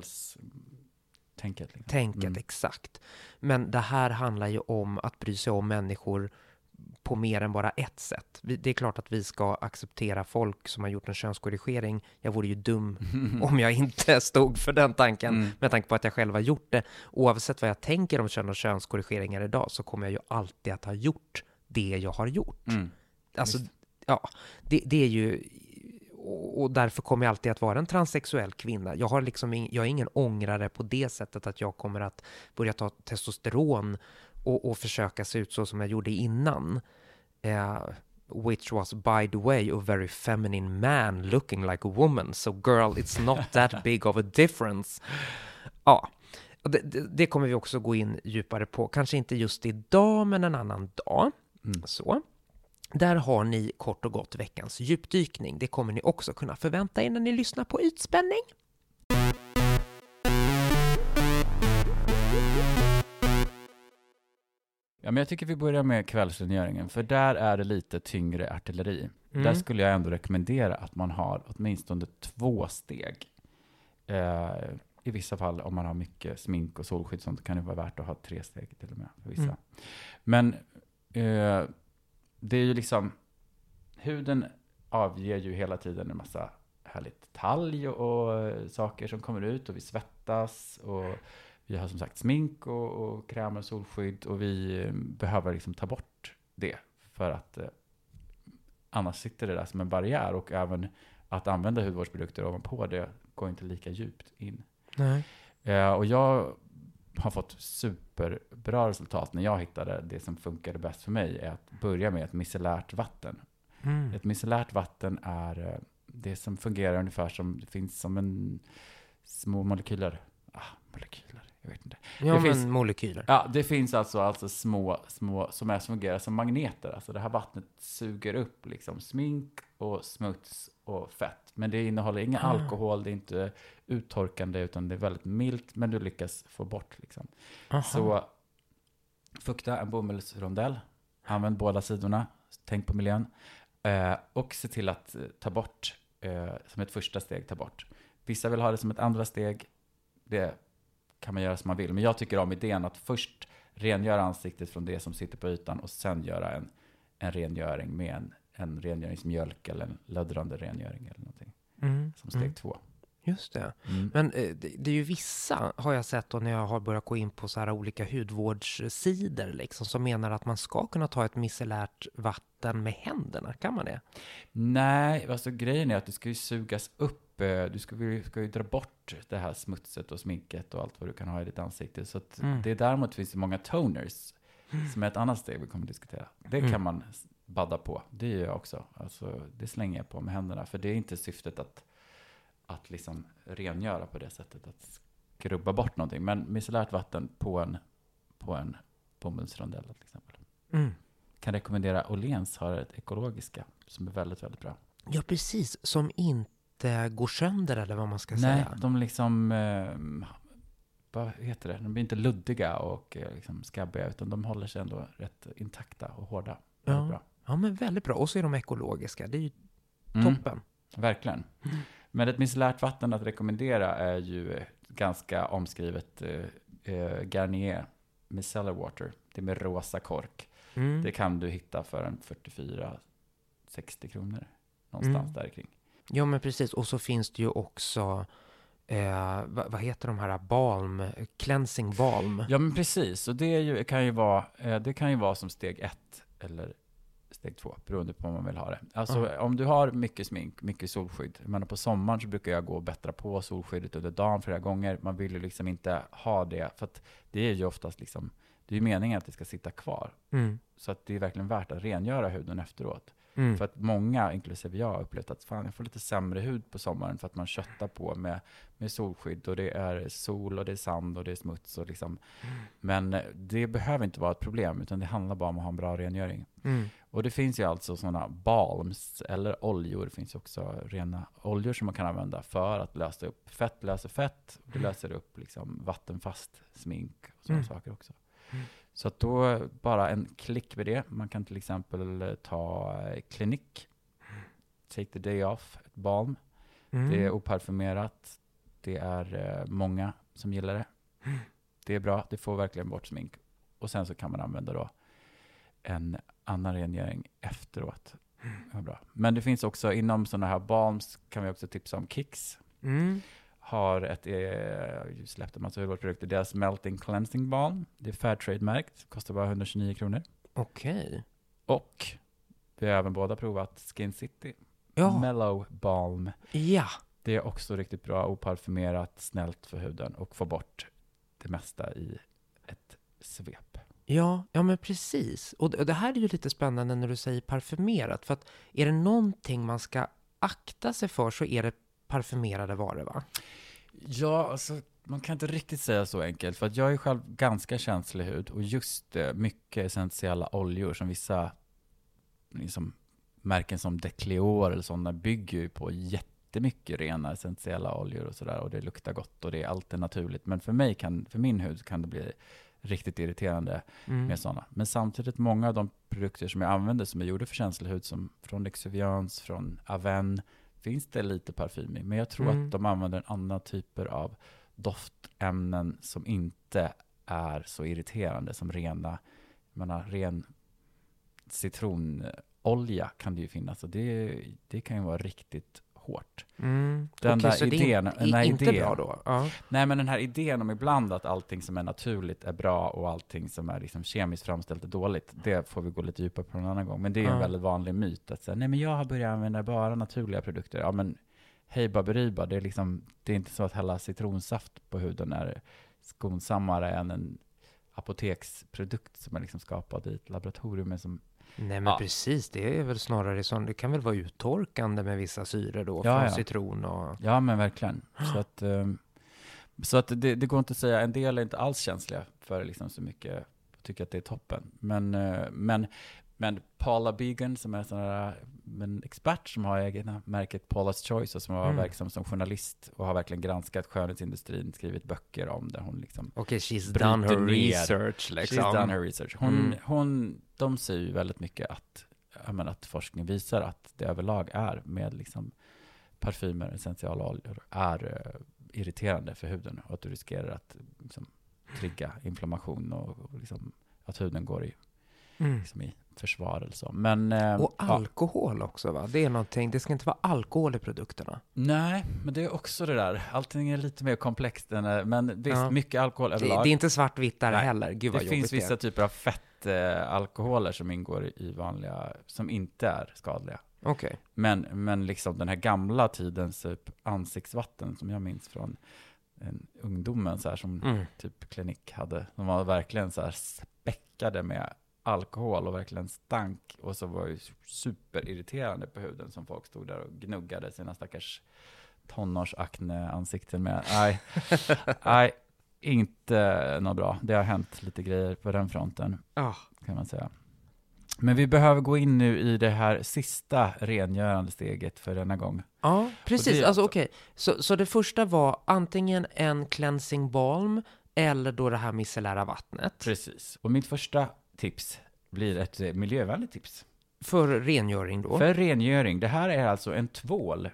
Tänket, exakt. Men det här handlar ju om att bry sig om människor på mer än bara ett sätt. Det är klart att vi ska acceptera folk som har gjort en könskorrigering. Jag vore ju dum om jag inte stod för den tanken med tanke på att jag själv har gjort det. Oavsett vad jag tänker om kön och könskorrigeringar idag så kommer jag ju alltid att ha gjort det jag har gjort. Alltså, det är ju, och därför kommer jag alltid att vara en transsexuell kvinna. Jag är ingen ångrare på det sättet att jag kommer att börja ta testosteron och försöka se ut så som jag gjorde innan. Which was, by the way, a very feminine man looking like a woman. So girl, it's not that big of a difference. Ja. Det kommer vi också gå in djupare på. Kanske inte just idag, men en annan dag. Så. Där har ni kort och gott veckans djupdykning. Det kommer ni också kunna förvänta er när ni lyssnar på Utspänning. Ja, men jag tycker vi börjar med kvällsrengöringen. För där är det lite tyngre artilleri. Där skulle jag ändå rekommendera att man har åtminstone 2 steg. I vissa fall, om man har mycket smink och solskydd, sånt kan det vara värt att ha 3 steg till och med för vissa. Men det är ju liksom, huden avger ju hela tiden en massa härligt talg och saker som kommer ut, och vi svettas och vi har som sagt smink och kräm och solskydd, och vi behöver liksom ta bort det för att annars sitter det där som en barriär, och även att använda hudvårdsprodukter ovanpå det går inte lika djupt in. Nej. Och jag har fått superbra resultat när jag hittade det som funkade bäst för mig, är att börja med ett micellärt vatten. Ett micellärt vatten är det som fungerar ungefär som, det finns som en små molekyler. Jag vet inte. Ja, det finns molekyler. Ja, det finns alltså små som fungerar som magneter. Alltså det här vattnet suger upp liksom smink och smuts och fett. Men det innehåller ingen alkohol, det är inte uttorkande, utan det är väldigt milt, men du lyckas få bort liksom. Så fukta en bomullsrondell, använd båda sidorna, tänk på miljön, och se till att ta bort, som ett första steg, ta bort. Vissa vill ha det som ett andra steg, det kan man göra som man vill. Men jag tycker om idén att först rengöra ansiktet från det som sitter på ytan och sen göra en rengöring med en rengöringsmjölk eller en löddrande rengöring eller någonting. Som steg 2. Just det. Men det är ju vissa, har jag sett då när jag har börjat gå in på så här olika hudvårdssidor liksom, som menar att man ska kunna ta ett micellärt vatten med händerna. Kan man det? Nej, alltså grejen är att det ska ju sugas upp. Du ska ju dra bort det här smutset och sminket och allt vad du kan ha i ditt ansikte. Så att det är däremot finns det många toners som är ett annat steg vi kommer att diskutera. Det kan man badda på. Det gör jag också. Alltså, det slänger jag på med händerna. För det är inte syftet att liksom rengöra på det sättet. Att skrubba bort någonting. Men micellärt vatten på en bomullsrondell till exempel. Kan rekommendera Åhléns har ett ekologiska som är väldigt, väldigt bra. Ja, precis. Som inte inte går sönder eller vad man ska Nej, säga. de liksom, vad heter det? De blir inte luddiga och liksom skabbiga, utan de håller sig ändå rätt intakta och hårda. Väldigt bra. Ja, men väldigt bra. Och så är de ekologiska. Det är ju toppen. Verkligen. Men ett micellärt vatten att rekommendera är ju ganska omskrivet Garnier Micellar Water. Det är med rosa kork. Det kan du hitta för en 44-60 kronor. Någonstans där kring. Ja, men precis. Och så finns det ju också, vad heter de här balm, cleansing balm. Ja, men precis. Och det är ju, det kan ju vara som steg 1 eller steg 2, beroende på vad man vill ha det. Alltså om du har mycket smink, mycket solskydd. Jag menar, på sommaren så brukar jag gå och bättra på solskyddet under dagen flera gånger. Man vill ju liksom inte ha det, för att det är ju oftast liksom, det är ju meningen att det ska sitta kvar. Så att det är verkligen värt att rengöra huden efteråt. För att många, inklusive jag, har upplevt att fan, jag får lite sämre hud på sommaren för att man köttar på med solskydd och det är sol och det är sand och det är smuts och liksom. Men det behöver inte vara ett problem, utan det handlar bara om att ha en bra rengöring. Och det finns ju alltså sådana balms eller oljor. Det finns också rena oljor som man kan använda för att lösa upp fett. Löser fett och det löser upp liksom vattenfast smink och sådana saker också. Så att då bara en klick med det. Man kan till exempel ta Clinique. Take the day off. Ett balm. Det är oparfumerat. Det är många som gillar det. Det är bra. Det får verkligen bort smink. Och sen så kan man använda då en annan rengöring efteråt. Ja, bra. Men det finns också inom sådana här balms kan vi också tipsa om Kicks. Har släppt en massa hudvårdsprodukter. Deras Melting Cleansing Balm. Det är Fairtrade-märkt. Kostar bara 129 kronor. Okej. Och vi har även båda provat Skin City. Mellow Balm. Ja. Det är också riktigt bra. Oparfumerat, snällt för huden. Och får bort det mesta i ett svep. Ja, men precis. Och det här är ju lite spännande när du säger parfymerat. För att är det någonting man ska akta sig för så är det parfymerade varor, va? Ja, alltså man kan inte riktigt säga så enkelt. För att jag är själv ganska känslig hud. Och just mycket essentiella oljor som vissa liksom, märken som Decleor eller sådana bygger ju på jättemycket rena essentiella oljor och sådär. Och det luktar gott och det är alltid naturligt. Men för min hud kan det bli riktigt irriterande med sådana. Men samtidigt många av de produkter som jag använder som är gjorda för känslig hud, som från Exuviance, från Aven, finns det lite parfym i. Men jag tror att de använder andra typer av doftämnen som inte är så irriterande som ren citronolja kan det ju finnas. Och det kan ju vara riktigt hårt. Den där idén, det är inte bra då? Ja. Nej, men den här idén om ibland att allting som är naturligt är bra och allting som är liksom kemiskt framställt är dåligt, det får vi gå lite djupare på en annan gång. Men det är en väldigt vanlig myt att säga, nej men jag har börjat använda bara naturliga produkter. Ja, men hej baberiba, det är inte så att hälla citronsaft på huden är skonsammare än en apoteksprodukt som är liksom skapad i ett laboratorium som. Nej, men precis, det är väl snarare så. Det kan väl vara uttorkande med vissa syror då, från citron och. Ja, men verkligen. Så att det går inte att säga, en del är inte alls känsliga för liksom så mycket, tycker att det är toppen. Men Paula Began, som är en expert som har egna märket Paula's Choice och som var verksam som journalist och har verkligen granskat skönhetsindustrin, skrivit böcker om det. Hon liksom she's done her research. Liksom. She's done her research. De säger ju väldigt mycket att forskning visar att det överlag är med liksom parfymer, essentiella oljor är irriterande för huden och att du riskerar att liksom trigga inflammation och liksom att huden går i försvar. Och alkohol också, va? Det är någonting, det ska inte vara alkohol i produkterna. Nej, men det är också det där. Allting är lite mer komplext. Men visst, mycket alkohol överlag. Det är inte svartvitt där heller. Gud, vad det finns vissa typer av fettalkoholer som ingår i vanliga, som inte är skadliga. Okay. Men liksom den här gamla tidens typ ansiktsvatten som jag minns från ungdomen så här, som typ Clinique hade. De var verkligen så här späckade med alkohol och verkligen stank, och så var det superirriterande på huden som folk stod där och gnuggade sina stackars tonårsakne-ansikten med. Nej, inte något bra. Det har hänt lite grejer på den fronten, kan man säga. Men vi behöver gå in nu i det här sista rengörande steget för denna gång. Ja, precis. Alltså okej. Så det första var antingen en cleansing balm eller då det här micellära vattnet. Precis. Och mitt första tips blir ett miljövänligt tips. För rengöring då? För rengöring. Det här är alltså en tvål.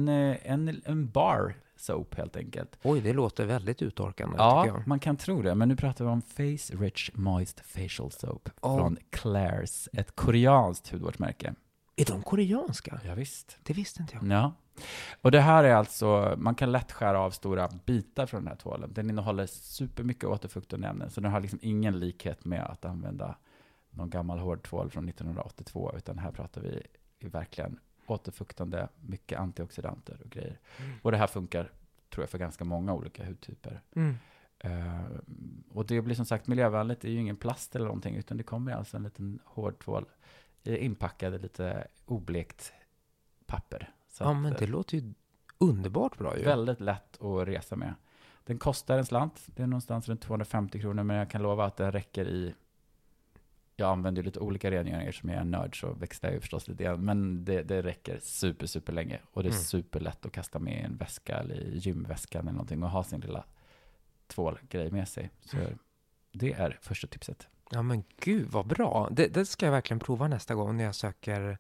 En bar soap helt enkelt. Oj, det låter väldigt uttorkande tycker Ja, jag. man kan tro det. Men nu pratar vi om Face Rich Moist Facial Soap från Klairs. Ett koreanskt hudvårdsmärke. Är de koreanska? Ja, visst. Det visste inte jag. Ja. Och det här är alltså, man kan lätt skära av stora bitar från den här tvålen. Den innehåller supermycket återfuktande ämnen. Så den har liksom ingen likhet med att använda någon gammal hård tvål från 1982. Utan här pratar vi verkligen återfuktande, mycket antioxidanter och grejer. Och det här funkar, tror jag, för ganska många olika hudtyper. Och det blir som sagt miljövänligt. Det är ju ingen plast eller någonting, utan det kommer alltså en liten hård tvål inpackad i lite oblekt papper. Så ja, men det låter ju underbart bra ju. Väldigt lätt att resa med. Den kostar en slant. Det är någonstans runt 250 kronor, men jag kan lova att det räcker i... Jag använder lite olika rengöringar som jag är en nörd, så växlar jag ju förstås lite grann. Men det räcker super länge. Och det är superlätt att kasta med i en väska eller i gymväskan eller någonting och ha sin lilla tvålgrej med sig. Så det är första tipset. Ja, men gud vad bra. Det ska jag verkligen prova nästa gång när jag söker...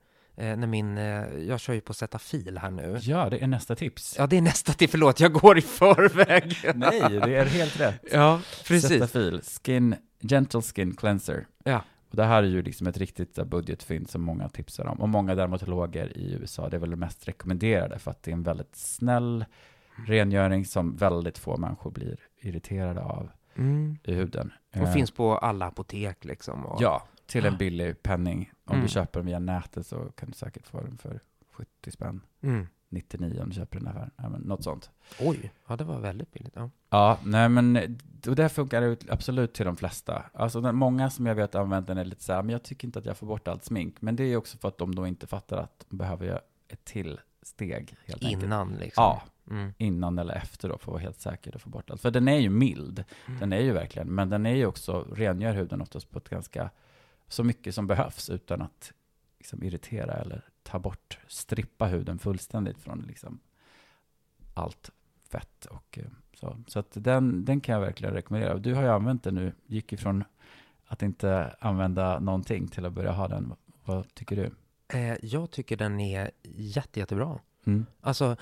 jag kör ju på sätta fil här nu. Ja, det är nästa tips. Ja, det är nästa tips. Förlåt, jag går i förväg. Nej, det är helt rätt. Ja, precis. Sätta fil. Gentle Skin Cleanser. Ja. Och det här är ju liksom ett riktigt budgetfynd som många tipsar om. Och många dermatologer i USA, det är väl det mest rekommenderade för att det är en väldigt snäll rengöring som väldigt få människor blir irriterade av i huden. Och finns på alla apotek liksom. Och... Ja, till en billig penning. Om du köper den via nätet så kan du säkert få den för 70 spänn. 99 om du köper den här. Ja, men något sånt. Oj, ja det var väldigt billigt. Ja, nej men och det funkar det absolut till de flesta. Alltså många som jag vet använder den är lite så här, men jag tycker inte att jag får bort allt smink. Men det är också för att de då inte fattar att de behöver göra ett till steg helt innan enkelt. Liksom. Ja, innan eller efter då för att vara helt säker att få bort allt. För den är ju mild, den är ju verkligen, men den är ju också, rengör huden oftast på ett ganska, så mycket som behövs utan att liksom irritera eller ta bort, strippa huden fullständigt från liksom allt fett och så att den kan jag verkligen rekommendera. Du har ju använt den nu, gick ifrån att inte använda någonting till att börja ha den. Vad tycker du? Jag tycker den är jättebra. Alltså,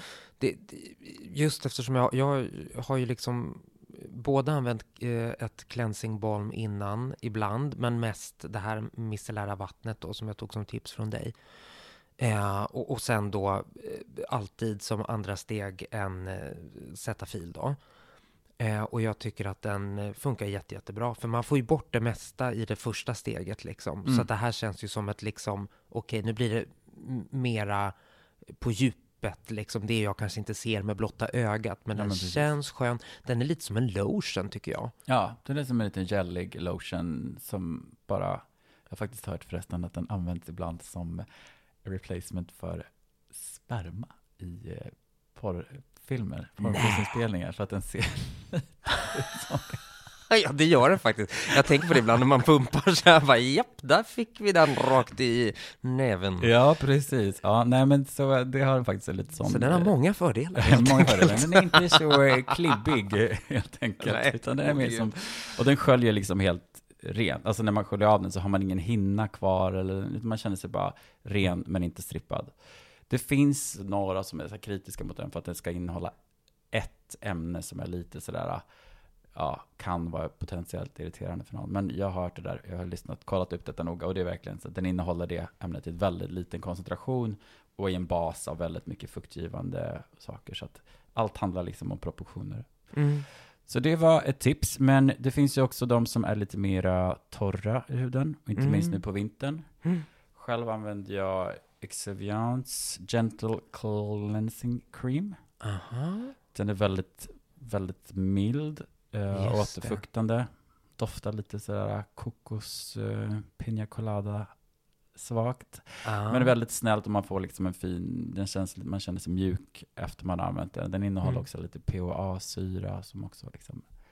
just eftersom jag har ju liksom både använt ett cleansing balm innan ibland, men mest det här micellära vattnet då, som jag tog som tips från dig. Och sen då alltid som andra steg en Cetaphil då. Och jag tycker att den funkar jättebra. För man får ju bort det mesta i det första steget liksom. Så att det här känns ju som ett liksom, okej, nu blir det mera på djupet liksom. Det jag kanske inte ser med blotta ögat. Men den känns skön. Den är lite som en lotion tycker jag. Ja, den är som en liten gellig lotion som bara, jag har faktiskt hört förresten att den används ibland som replacement för sperma i porrfilmer, porrfilmsinspelningar, så att den ser Ja, det gör den faktiskt. Jag tänker på det ibland när man pumpar så här, bara, japp, där fick vi den rakt i näven. Ja, precis. Ja, nej men så det har den faktiskt lite sån. Så den har många fördelar. Många fördelar. Den är inte så klibbig helt enkelt. Nej, utan den är mer som, och den sköljer liksom helt ren. Alltså när man sköljer av den så har man ingen hinna kvar, eller man känner sig bara ren men inte strippad. Det finns några som är så här kritiska mot den för att den ska innehålla ett ämne som är lite sådär, ja, kan vara potentiellt irriterande för någon. Men jag har hört det där, jag har kollat upp detta noga, och det är verkligen så att den innehåller det ämnet i ett väldigt liten koncentration och i en bas av väldigt mycket fuktgivande saker. Så att allt handlar liksom om proportioner. Så det var ett tips, men det finns ju också de som är lite mera torra i huden, och inte minst nu på vintern. Själv använder jag Exaviance Gentle Cleansing Cream. Den är väldigt, väldigt mild, återfuktande. Doftar lite sådär kokos, piña colada svagt. Men är väldigt snällt, och man får liksom en fin, man känner sig mjuk efter man har använt den. Den innehåller också lite PHA-syra som också liksom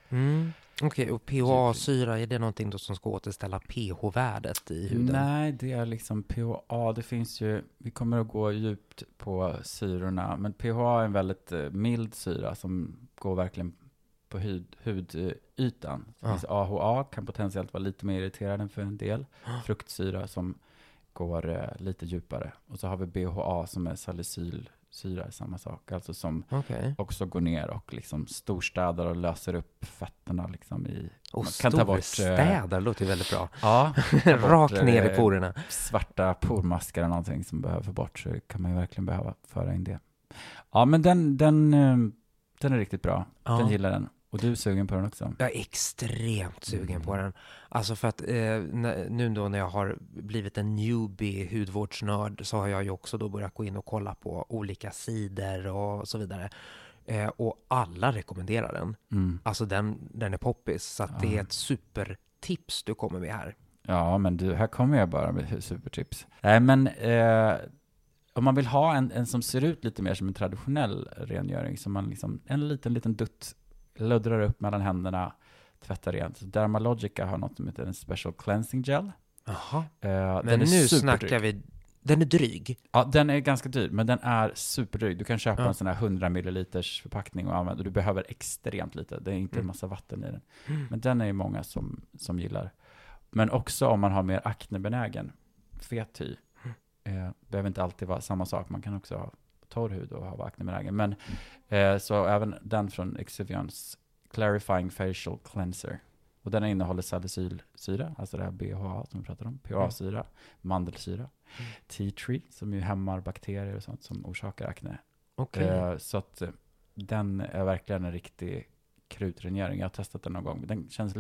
Okej, och PHA-syra, är det någonting då som ska återställa pH-värdet i huden? Nej, det är liksom PHA. Det finns ju, vi kommer att gå djupt på syrorna, men PHA är en väldigt mild syra som går verkligen på hudytan. Det finns AHA, kan potentiellt vara lite mer irriterande för en del. Fruktsyra som går lite djupare. Och så har vi BHA som är salicylsyra, samma sak. Alltså som också går ner och liksom storstädar och löser upp fetterna liksom i... Och storstädar låter ju väldigt bra. Ja. Rakt ner i porerna. Svarta pormaskar eller någonting som behöver bort, så kan man ju verkligen behöva föra in det. Ja, men den är riktigt bra. Den gillar den. Och du är sugen på den också? Jag är extremt sugen på den. Alltså för att nu då när jag har blivit en newbie hudvårdsnörd, så har jag ju också då börjat gå in och kolla på olika sidor och så vidare. Och alla rekommenderar den. Alltså den är poppis. Så att det är ett supertips du kommer med här. Ja, men du, här kommer jag bara med supertips. Nej, men om man vill ha en som ser ut lite mer som en traditionell rengöring, som man liksom, en liten dutt luddrar upp mellan händerna, tvättar rent. Dermalogica har något som heter en special cleansing gel. Jaha. Men nu snackar vi, den är dryg. Ja, den är ganska dyr, men den är superdryg. Du kan köpa en sån här 100 milliliters förpackning och använda. Du behöver extremt lite. Det är inte en massa vatten i den. Men den är ju många som gillar. Men också om man har mer aknebenägen fet hy. Behöver inte alltid vara samma sak. Man kan också ha torr hud och ha aknebenägen. Men så även den från Exuvians Clarifying Facial Cleanser. Och den innehåller salicylsyra, alltså det här BHA som vi pratade om, PHA-syra, mandelsyra, tea tree som ju hämmar bakterier och sånt som orsakar akne. Så att den är verkligen en riktig krutrengöring. Jag har testat den någon gång. Den känns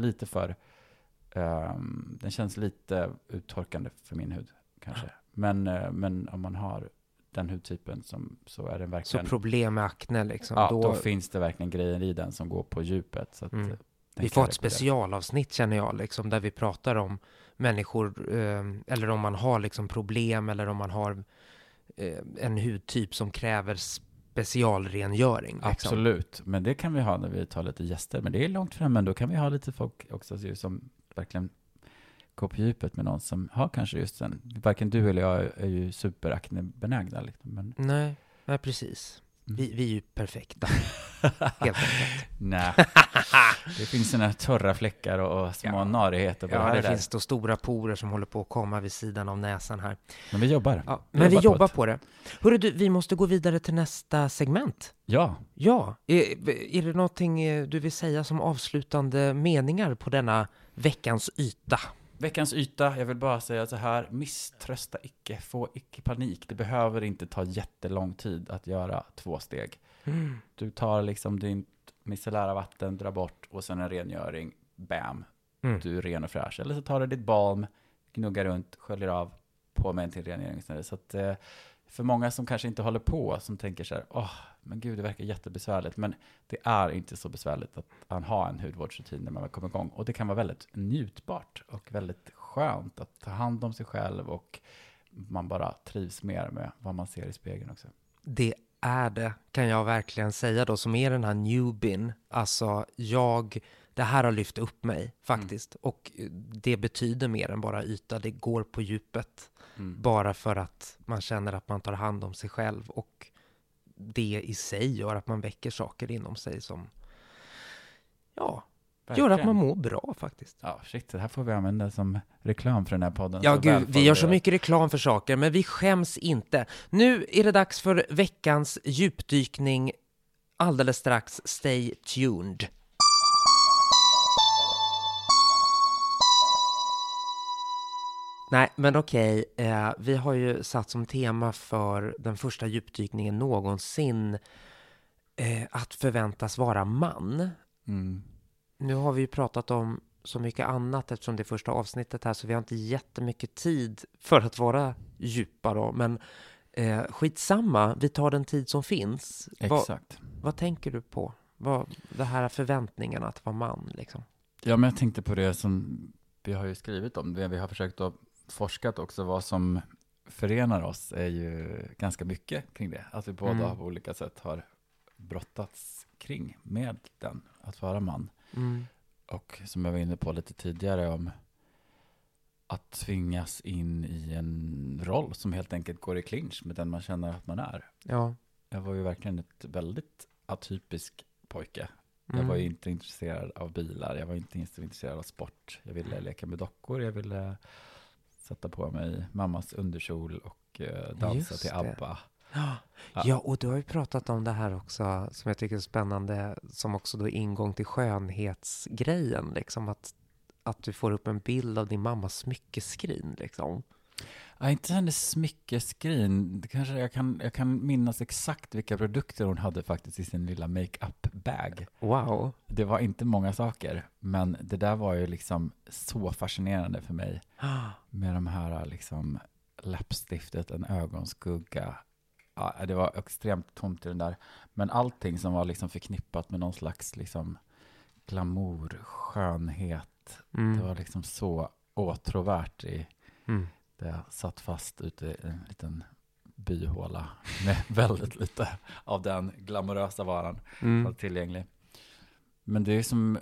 lite uttorkande för min hud kanske. Men om man har den hudtypen så är den verkligen... Så problem med akne liksom? Ja, då finns det verkligen grejer i den som går på djupet. Så att vi får ett specialavsnitt känner jag, liksom, där vi pratar om människor, eller om man har liksom problem, eller om man har en hudtyp som kräver specialrengöring. Liksom. Absolut, men det kan vi ha när vi tar lite gäster. Men det är långt fram, men då kan vi ha lite folk också som verkligen gå på djupet med någon som har kanske just en... Varken du eller jag är ju superaknebenägna. Liksom, men... Nej, precis. Vi är ju perfekta. Helt enkelt. Nej. Det finns såna torra fläckar och små narigheter. Det finns då stora porer som håller på att komma vid sidan av näsan här. Men vi jobbar. Ja, men vi jobbar på det. Hörru du, vi måste gå vidare till nästa segment. Ja. Är det någonting du vill säga som avslutande meningar på denna veckans yta? Veckans yta, jag vill bara säga så här, misströsta icke, få icke panik. Det behöver inte ta jättelång tid att göra 2 steg. Du tar liksom din micellära vatten, drar bort och sen en rengöring, bam, du är ren och fräsch. Eller så tar du ditt balm, gnuggar runt, sköljer av, på med en till rengöring. Så att för många som kanske inte håller på, som tänker så här, men gud, det verkar jättebesvärligt. Men det är inte så besvärligt att ha en hudvårdsrutin när man kommer igång. Och det kan vara väldigt njutbart och väldigt skönt att ta hand om sig själv, och man bara trivs mer med vad man ser i spegeln också. Det är det, kan jag verkligen säga då, som är den här newbien. Alltså det här har lyft upp mig faktiskt. Och det betyder mer än bara yta, det går på djupet. Bara för att man känner att man tar hand om sig själv, och det i sig gör att man väcker saker inom sig som gör att man mår bra faktiskt. Ja, shit, det här får vi använda som reklam för den här podden. Ja, gud, vi gör så mycket reklam för saker, men vi skäms inte. Nu är det dags för veckans djupdykning. Alldeles strax, stay tuned. Nej, men okej. Vi har ju satt som tema för den första djupdykningen någonsin att förväntas vara man. Nu har vi ju pratat om så mycket annat eftersom det är första avsnittet här, så vi har inte jättemycket tid för att vara djupa då. Men skitsamma, vi tar den tid som finns. Exakt. Vad tänker du på? Det här förväntningen att vara man liksom? Ja, men jag tänkte på det som vi har ju skrivit om. Det vi har försökt att forskat också, vad som förenar oss är ju ganska mycket kring det. Att vi båda på olika sätt har brottats kring med den, att vara man. Och som jag var inne på lite tidigare om att tvingas in i en roll som helt enkelt går i clinch med den man känner att man är. Ja. Jag var ju verkligen ett väldigt atypisk pojke. Jag var ju inte intresserad av bilar. Jag var inte intresserad av sport. Jag ville leka med dockor. Jag ville sätta på mig mammas underkjol och dansa till ABBA. Ja, och du har ju pratat om det här också som jag tycker är spännande, som också då ingång till skönhetsgrejen, liksom att du får upp en bild av din mammas smyckeskrin, liksom. Ja, inte hennes smyckeskrin. Det kanske jag kan minnas exakt vilka produkter hon hade faktiskt i sin lilla make-up-bag. Wow. Det var inte många saker, men det där var ju liksom så fascinerande för mig. Med de här liksom läppstiftet, en ögonskugga. Ja, det var extremt tomt i den där. Men allting som var liksom förknippat med någon slags liksom glamour, skönhet. Det var liksom så åtråvärt i det jag satt fast ute i en liten byhåla med väldigt lite av den glamorösa varan tillgänglig. Men det är som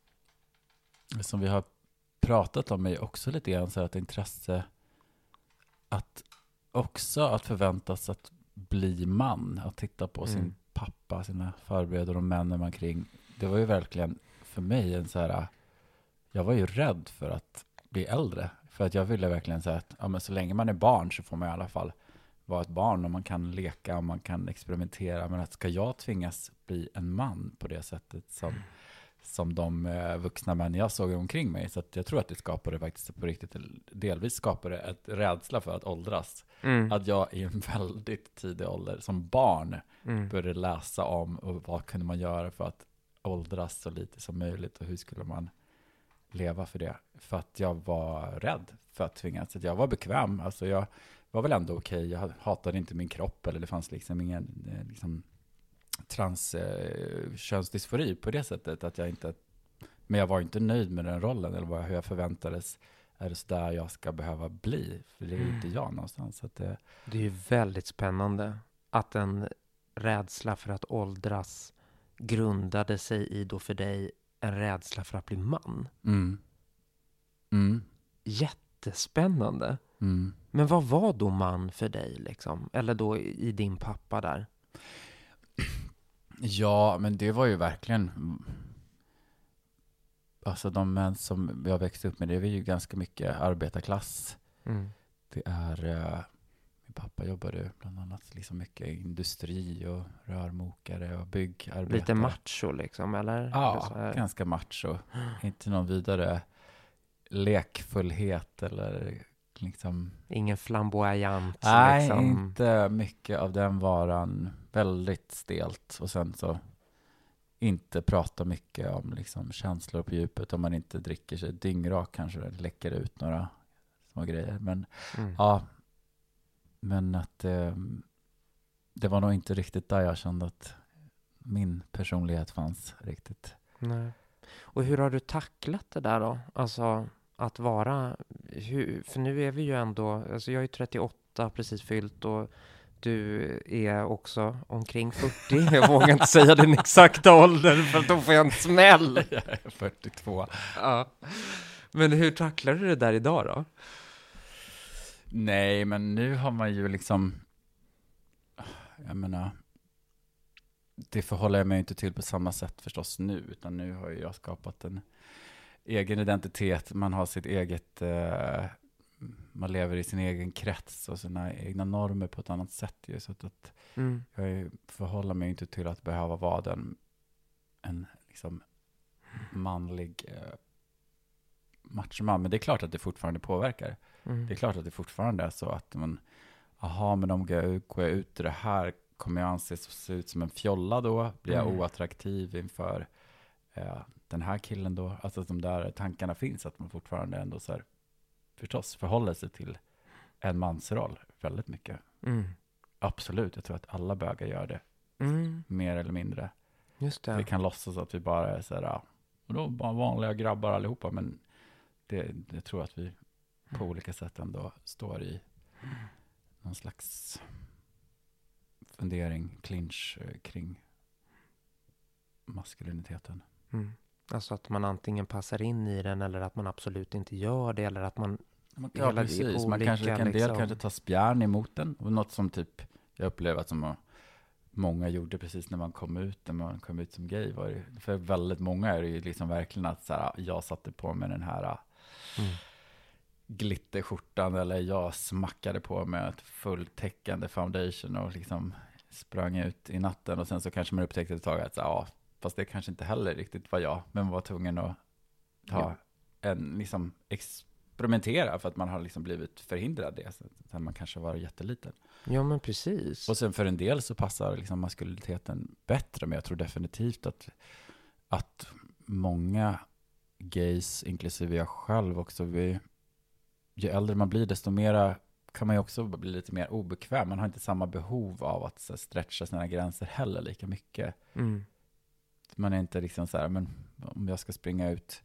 vi har pratat om, är också lite grann så att intresse att förväntas att bli man, att titta på sin pappa, sina förbröder och männen omkring. Det var ju verkligen för mig en så här, jag var ju rädd för att bli äldre, för att jag ville verkligen säga att men så länge man är barn så får man i alla fall vara ett barn och man kan leka och man kan experimentera, men att ska jag tvingas bli en man på det sättet som de vuxna män jag såg omkring mig, så att jag tror att det skapade faktiskt på riktigt, delvis skapade ett rädsla för att åldras. Att jag i en väldigt tidig ålder som barn började läsa om och vad kunde man göra för att åldras så lite som möjligt och hur skulle man leva för det, för att jag var rädd för att tvingas. Så att jag var bekväm, alltså jag var väl ändå okej. Jag hatade inte min kropp, eller det fanns liksom ingen liksom könsdysfori på det sättet att jag inte, men jag var inte nöjd med den rollen eller hur jag förväntades. Är det så där jag ska behöva bli? För det är inte jag någonstans. Så att det är ju väldigt spännande att en rädsla för att åldras grundade sig i då för dig en rädsla för att bli man. Jättespännande. Men vad var då man för dig, liksom? Eller då i din pappa där? Ja, men det var ju verkligen, alltså de män som jag växte upp med, det var ju ganska mycket arbetarklass. Det är min pappa jobbade bland annat liksom mycket industri och rörmokare och byggarbetare. Lite macho liksom, eller? Ja, ganska macho. Inte någon vidare lekfullhet eller liksom... Ingen flamboyant. Nej, liksom. inte mycket av den varan. Väldigt stelt. Och sen så inte prata mycket om liksom känslor på djupet. Om man inte dricker sig dyngrak kanske det läcker ut några små grejer. Men ja, men att det var nog inte riktigt där jag kände att min personlighet fanns riktigt. Nej. Och hur har du tacklat det där då? Alltså att vara, för nu är vi ju ändå, alltså jag är 38 precis fyllt och du är också omkring 40. Jag vågar inte säga din exakta ålder för att då får jag en smäll. Jag är 42. Ja. Men hur tacklar du det där idag då? Nej, men nu har man ju liksom, jag menar, det förhåller jag mig inte till på samma sätt förstås nu, utan nu har jag skapat en egen identitet. Man har sitt eget, man lever i sin egen krets och sina egna normer på ett annat sätt. Ju, så att jag förhåller mig inte till att behöva vara en liksom manlig machoman. Men det är klart att det fortfarande påverkar. Det är klart att det fortfarande är så att men om går jag ut i det här, kommer jag anses se ut som en fjolla då? Blir jag oattraktiv inför den här killen då? Alltså de där tankarna finns, att man fortfarande ändå så här, förstås förhåller sig till en mansroll väldigt mycket. Absolut, jag tror att alla bögar gör det. Mer eller mindre. Just det. Vi kan låtsas att vi bara är så här, och då bara vanliga grabbar allihopa, men jag tror att vi på olika sätt ändå står i någon slags fundering, clinch kring maskuliniteten. Alltså att man antingen passar in i den eller att man absolut inte gör det, eller att man... Ja, precis. Man kanske kan liksom. del kanske ta spjärn emot den. Och något som typ jag upplever att som många gjorde precis när man kom ut som gay. Var det, för väldigt många är det ju liksom verkligen att så här, jag satte på mig den här glitterskjortan, eller jag smackade på med ett fulltäckande foundation och liksom sprang ut i natten, och sen så kanske man upptäckte ett tag att så, ja, fast det kanske inte heller riktigt var jag, men var tvungen att ta en liksom experimentera för att man har liksom blivit förhindrad det sen man kanske var jätteliten. Ja, men precis. Och sen för en del så passar liksom maskuliniteten bättre, men jag tror definitivt att många gays, inklusive jag själv också, ju äldre man blir desto mera kan man ju också bli lite mer obekväm. Man har inte samma behov av att så, stretcha sina gränser heller lika mycket. Mm. Man är inte liksom så här, men om jag ska springa ut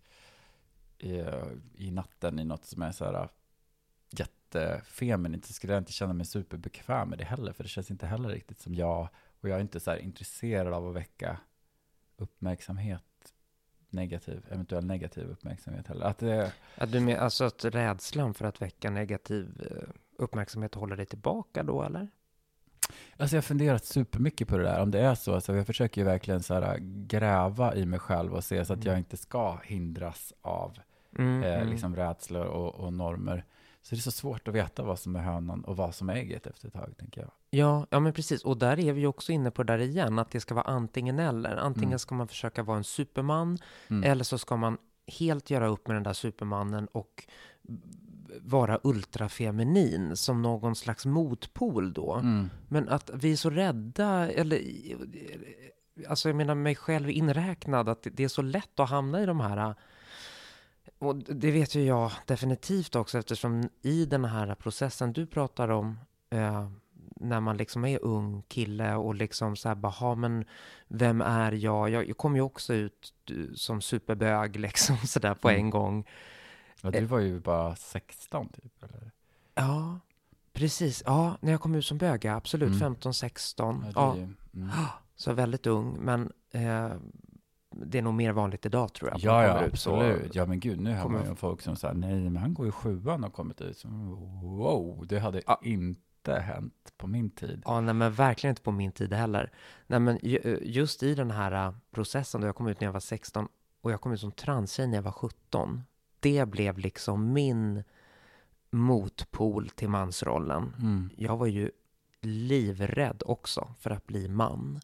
i natten i något som är så här jättefeminint, så skulle jag inte känna mig superbekväm med det heller, för det känns inte heller riktigt som jag, och jag är inte så här intresserad av att väcka uppmärksamhet, eventuell negativ uppmärksamhet heller. Alltså att rädslan för att väcka negativ uppmärksamhet håller dig tillbaka då, eller? Alltså jag har funderat supermycket på det där, om det är så. Alltså jag försöker ju verkligen så här gräva i mig själv och se så att jag inte ska hindras av liksom rädslor och normer. Så det är så svårt att veta vad som är hönan och vad som är ägget efter ett tag, tänker jag. Ja, men precis. Och där är vi ju också inne på det där igen, att det ska vara antingen eller. Antingen ska man försöka vara en superman, eller så ska man helt göra upp med den där supermannen och vara ultrafeminin som någon slags motpol då. Men att vi är så rädda, eller alltså jag menar mig själv inräknad, att det är så lätt att hamna i de här, och det vet ju jag definitivt också, eftersom i den här processen du pratar om, när man liksom är ung kille och liksom så här bara, men vem är jag? Jag kom ju också ut som superbög liksom sådär på en gång. Ja, du var ju bara 16 typ, eller? Ja, precis. Ja, när jag kom ut som bög, absolut, 15-16. Ja, så väldigt ung, men det är nog mer vanligt idag, tror jag. Ja, absolut. Så, ja, men gud, nu har man ju folk som säger, nej, men han går i 7:an och kommit ut. Så, wow, det hade inte hänt på min tid. Ja, nej, men verkligen inte på min tid heller. Nej, men just i den här processen då jag kom ut när jag var 16 och jag kom ut som transtjej när jag var 17, det blev liksom min motpol till mansrollen. Jag var ju livrädd också för att bli man.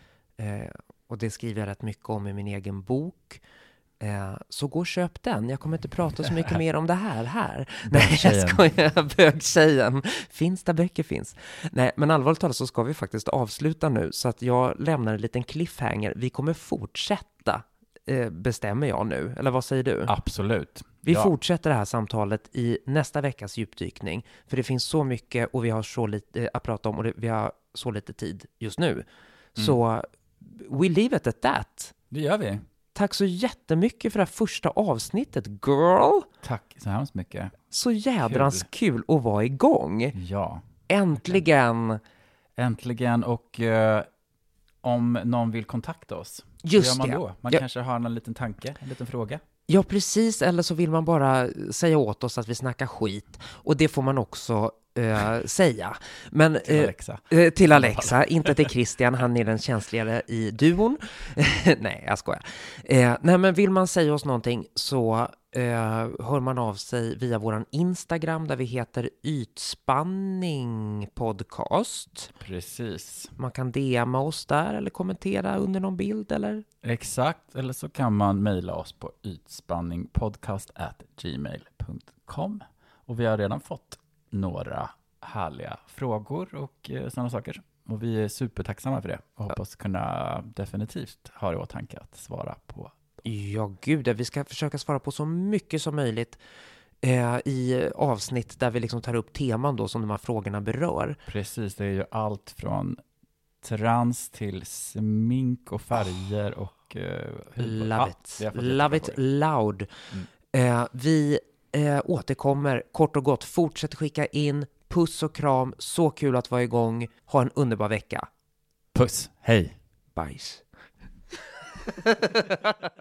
Och det skriver jag rätt mycket om i min egen bok. Så gå och köp den. Jag kommer inte prata så mycket mer om det här. Nej, jag skojar. Bögtjejen. Finns där böcker finns. Nej, men allvarligt talat så ska vi faktiskt avsluta nu. Så att jag lämnar en liten cliffhanger. Vi kommer fortsätta, bestämmer jag nu. Eller vad säger du? Absolut. Vi fortsätter det här samtalet i nästa veckas djupdykning. För det finns så mycket och vi har så lite att prata om, och vi har så lite tid just nu. Så we leave it at that. Det gör vi. Tack så jättemycket för det här första avsnittet, girl. Tack så hemskt mycket. Så jädrans kul att vara igång. Ja. Äntligen. Äntligen, och om någon vill kontakta oss, just vad gör man då? Man kanske har en liten tanke, en liten fråga. Ja, precis. Eller så vill man bara säga åt oss att vi snackar skit. Och det får man också säga. Men, till Alexa, inte till Christian. Han är den känsligare i duon. Nej, jag skojar. Nej, men vill man säga oss någonting så hör man av sig via våran Instagram där vi heter Ytspanning podcast. Precis. Man kan DMa oss där eller kommentera under någon bild, eller? Exakt, eller så kan man mejla oss på ytspanningpodcast@gmail.com. Och vi har redan fått några härliga frågor och sådana saker. Och vi är supertacksamma för det och hoppas kunna definitivt ha i åtanke att svara på. Ja, gud, vi ska försöka svara på så mycket som möjligt i avsnitt där vi liksom tar upp teman då som de här frågorna berör. Precis, det är ju allt från trans till smink och färger och love it loud. Vi återkommer kort och gott. Fortsätt skicka in. Puss och kram. Så kul att vara igång. Ha en underbar vecka. Puss. Hej. Bajs.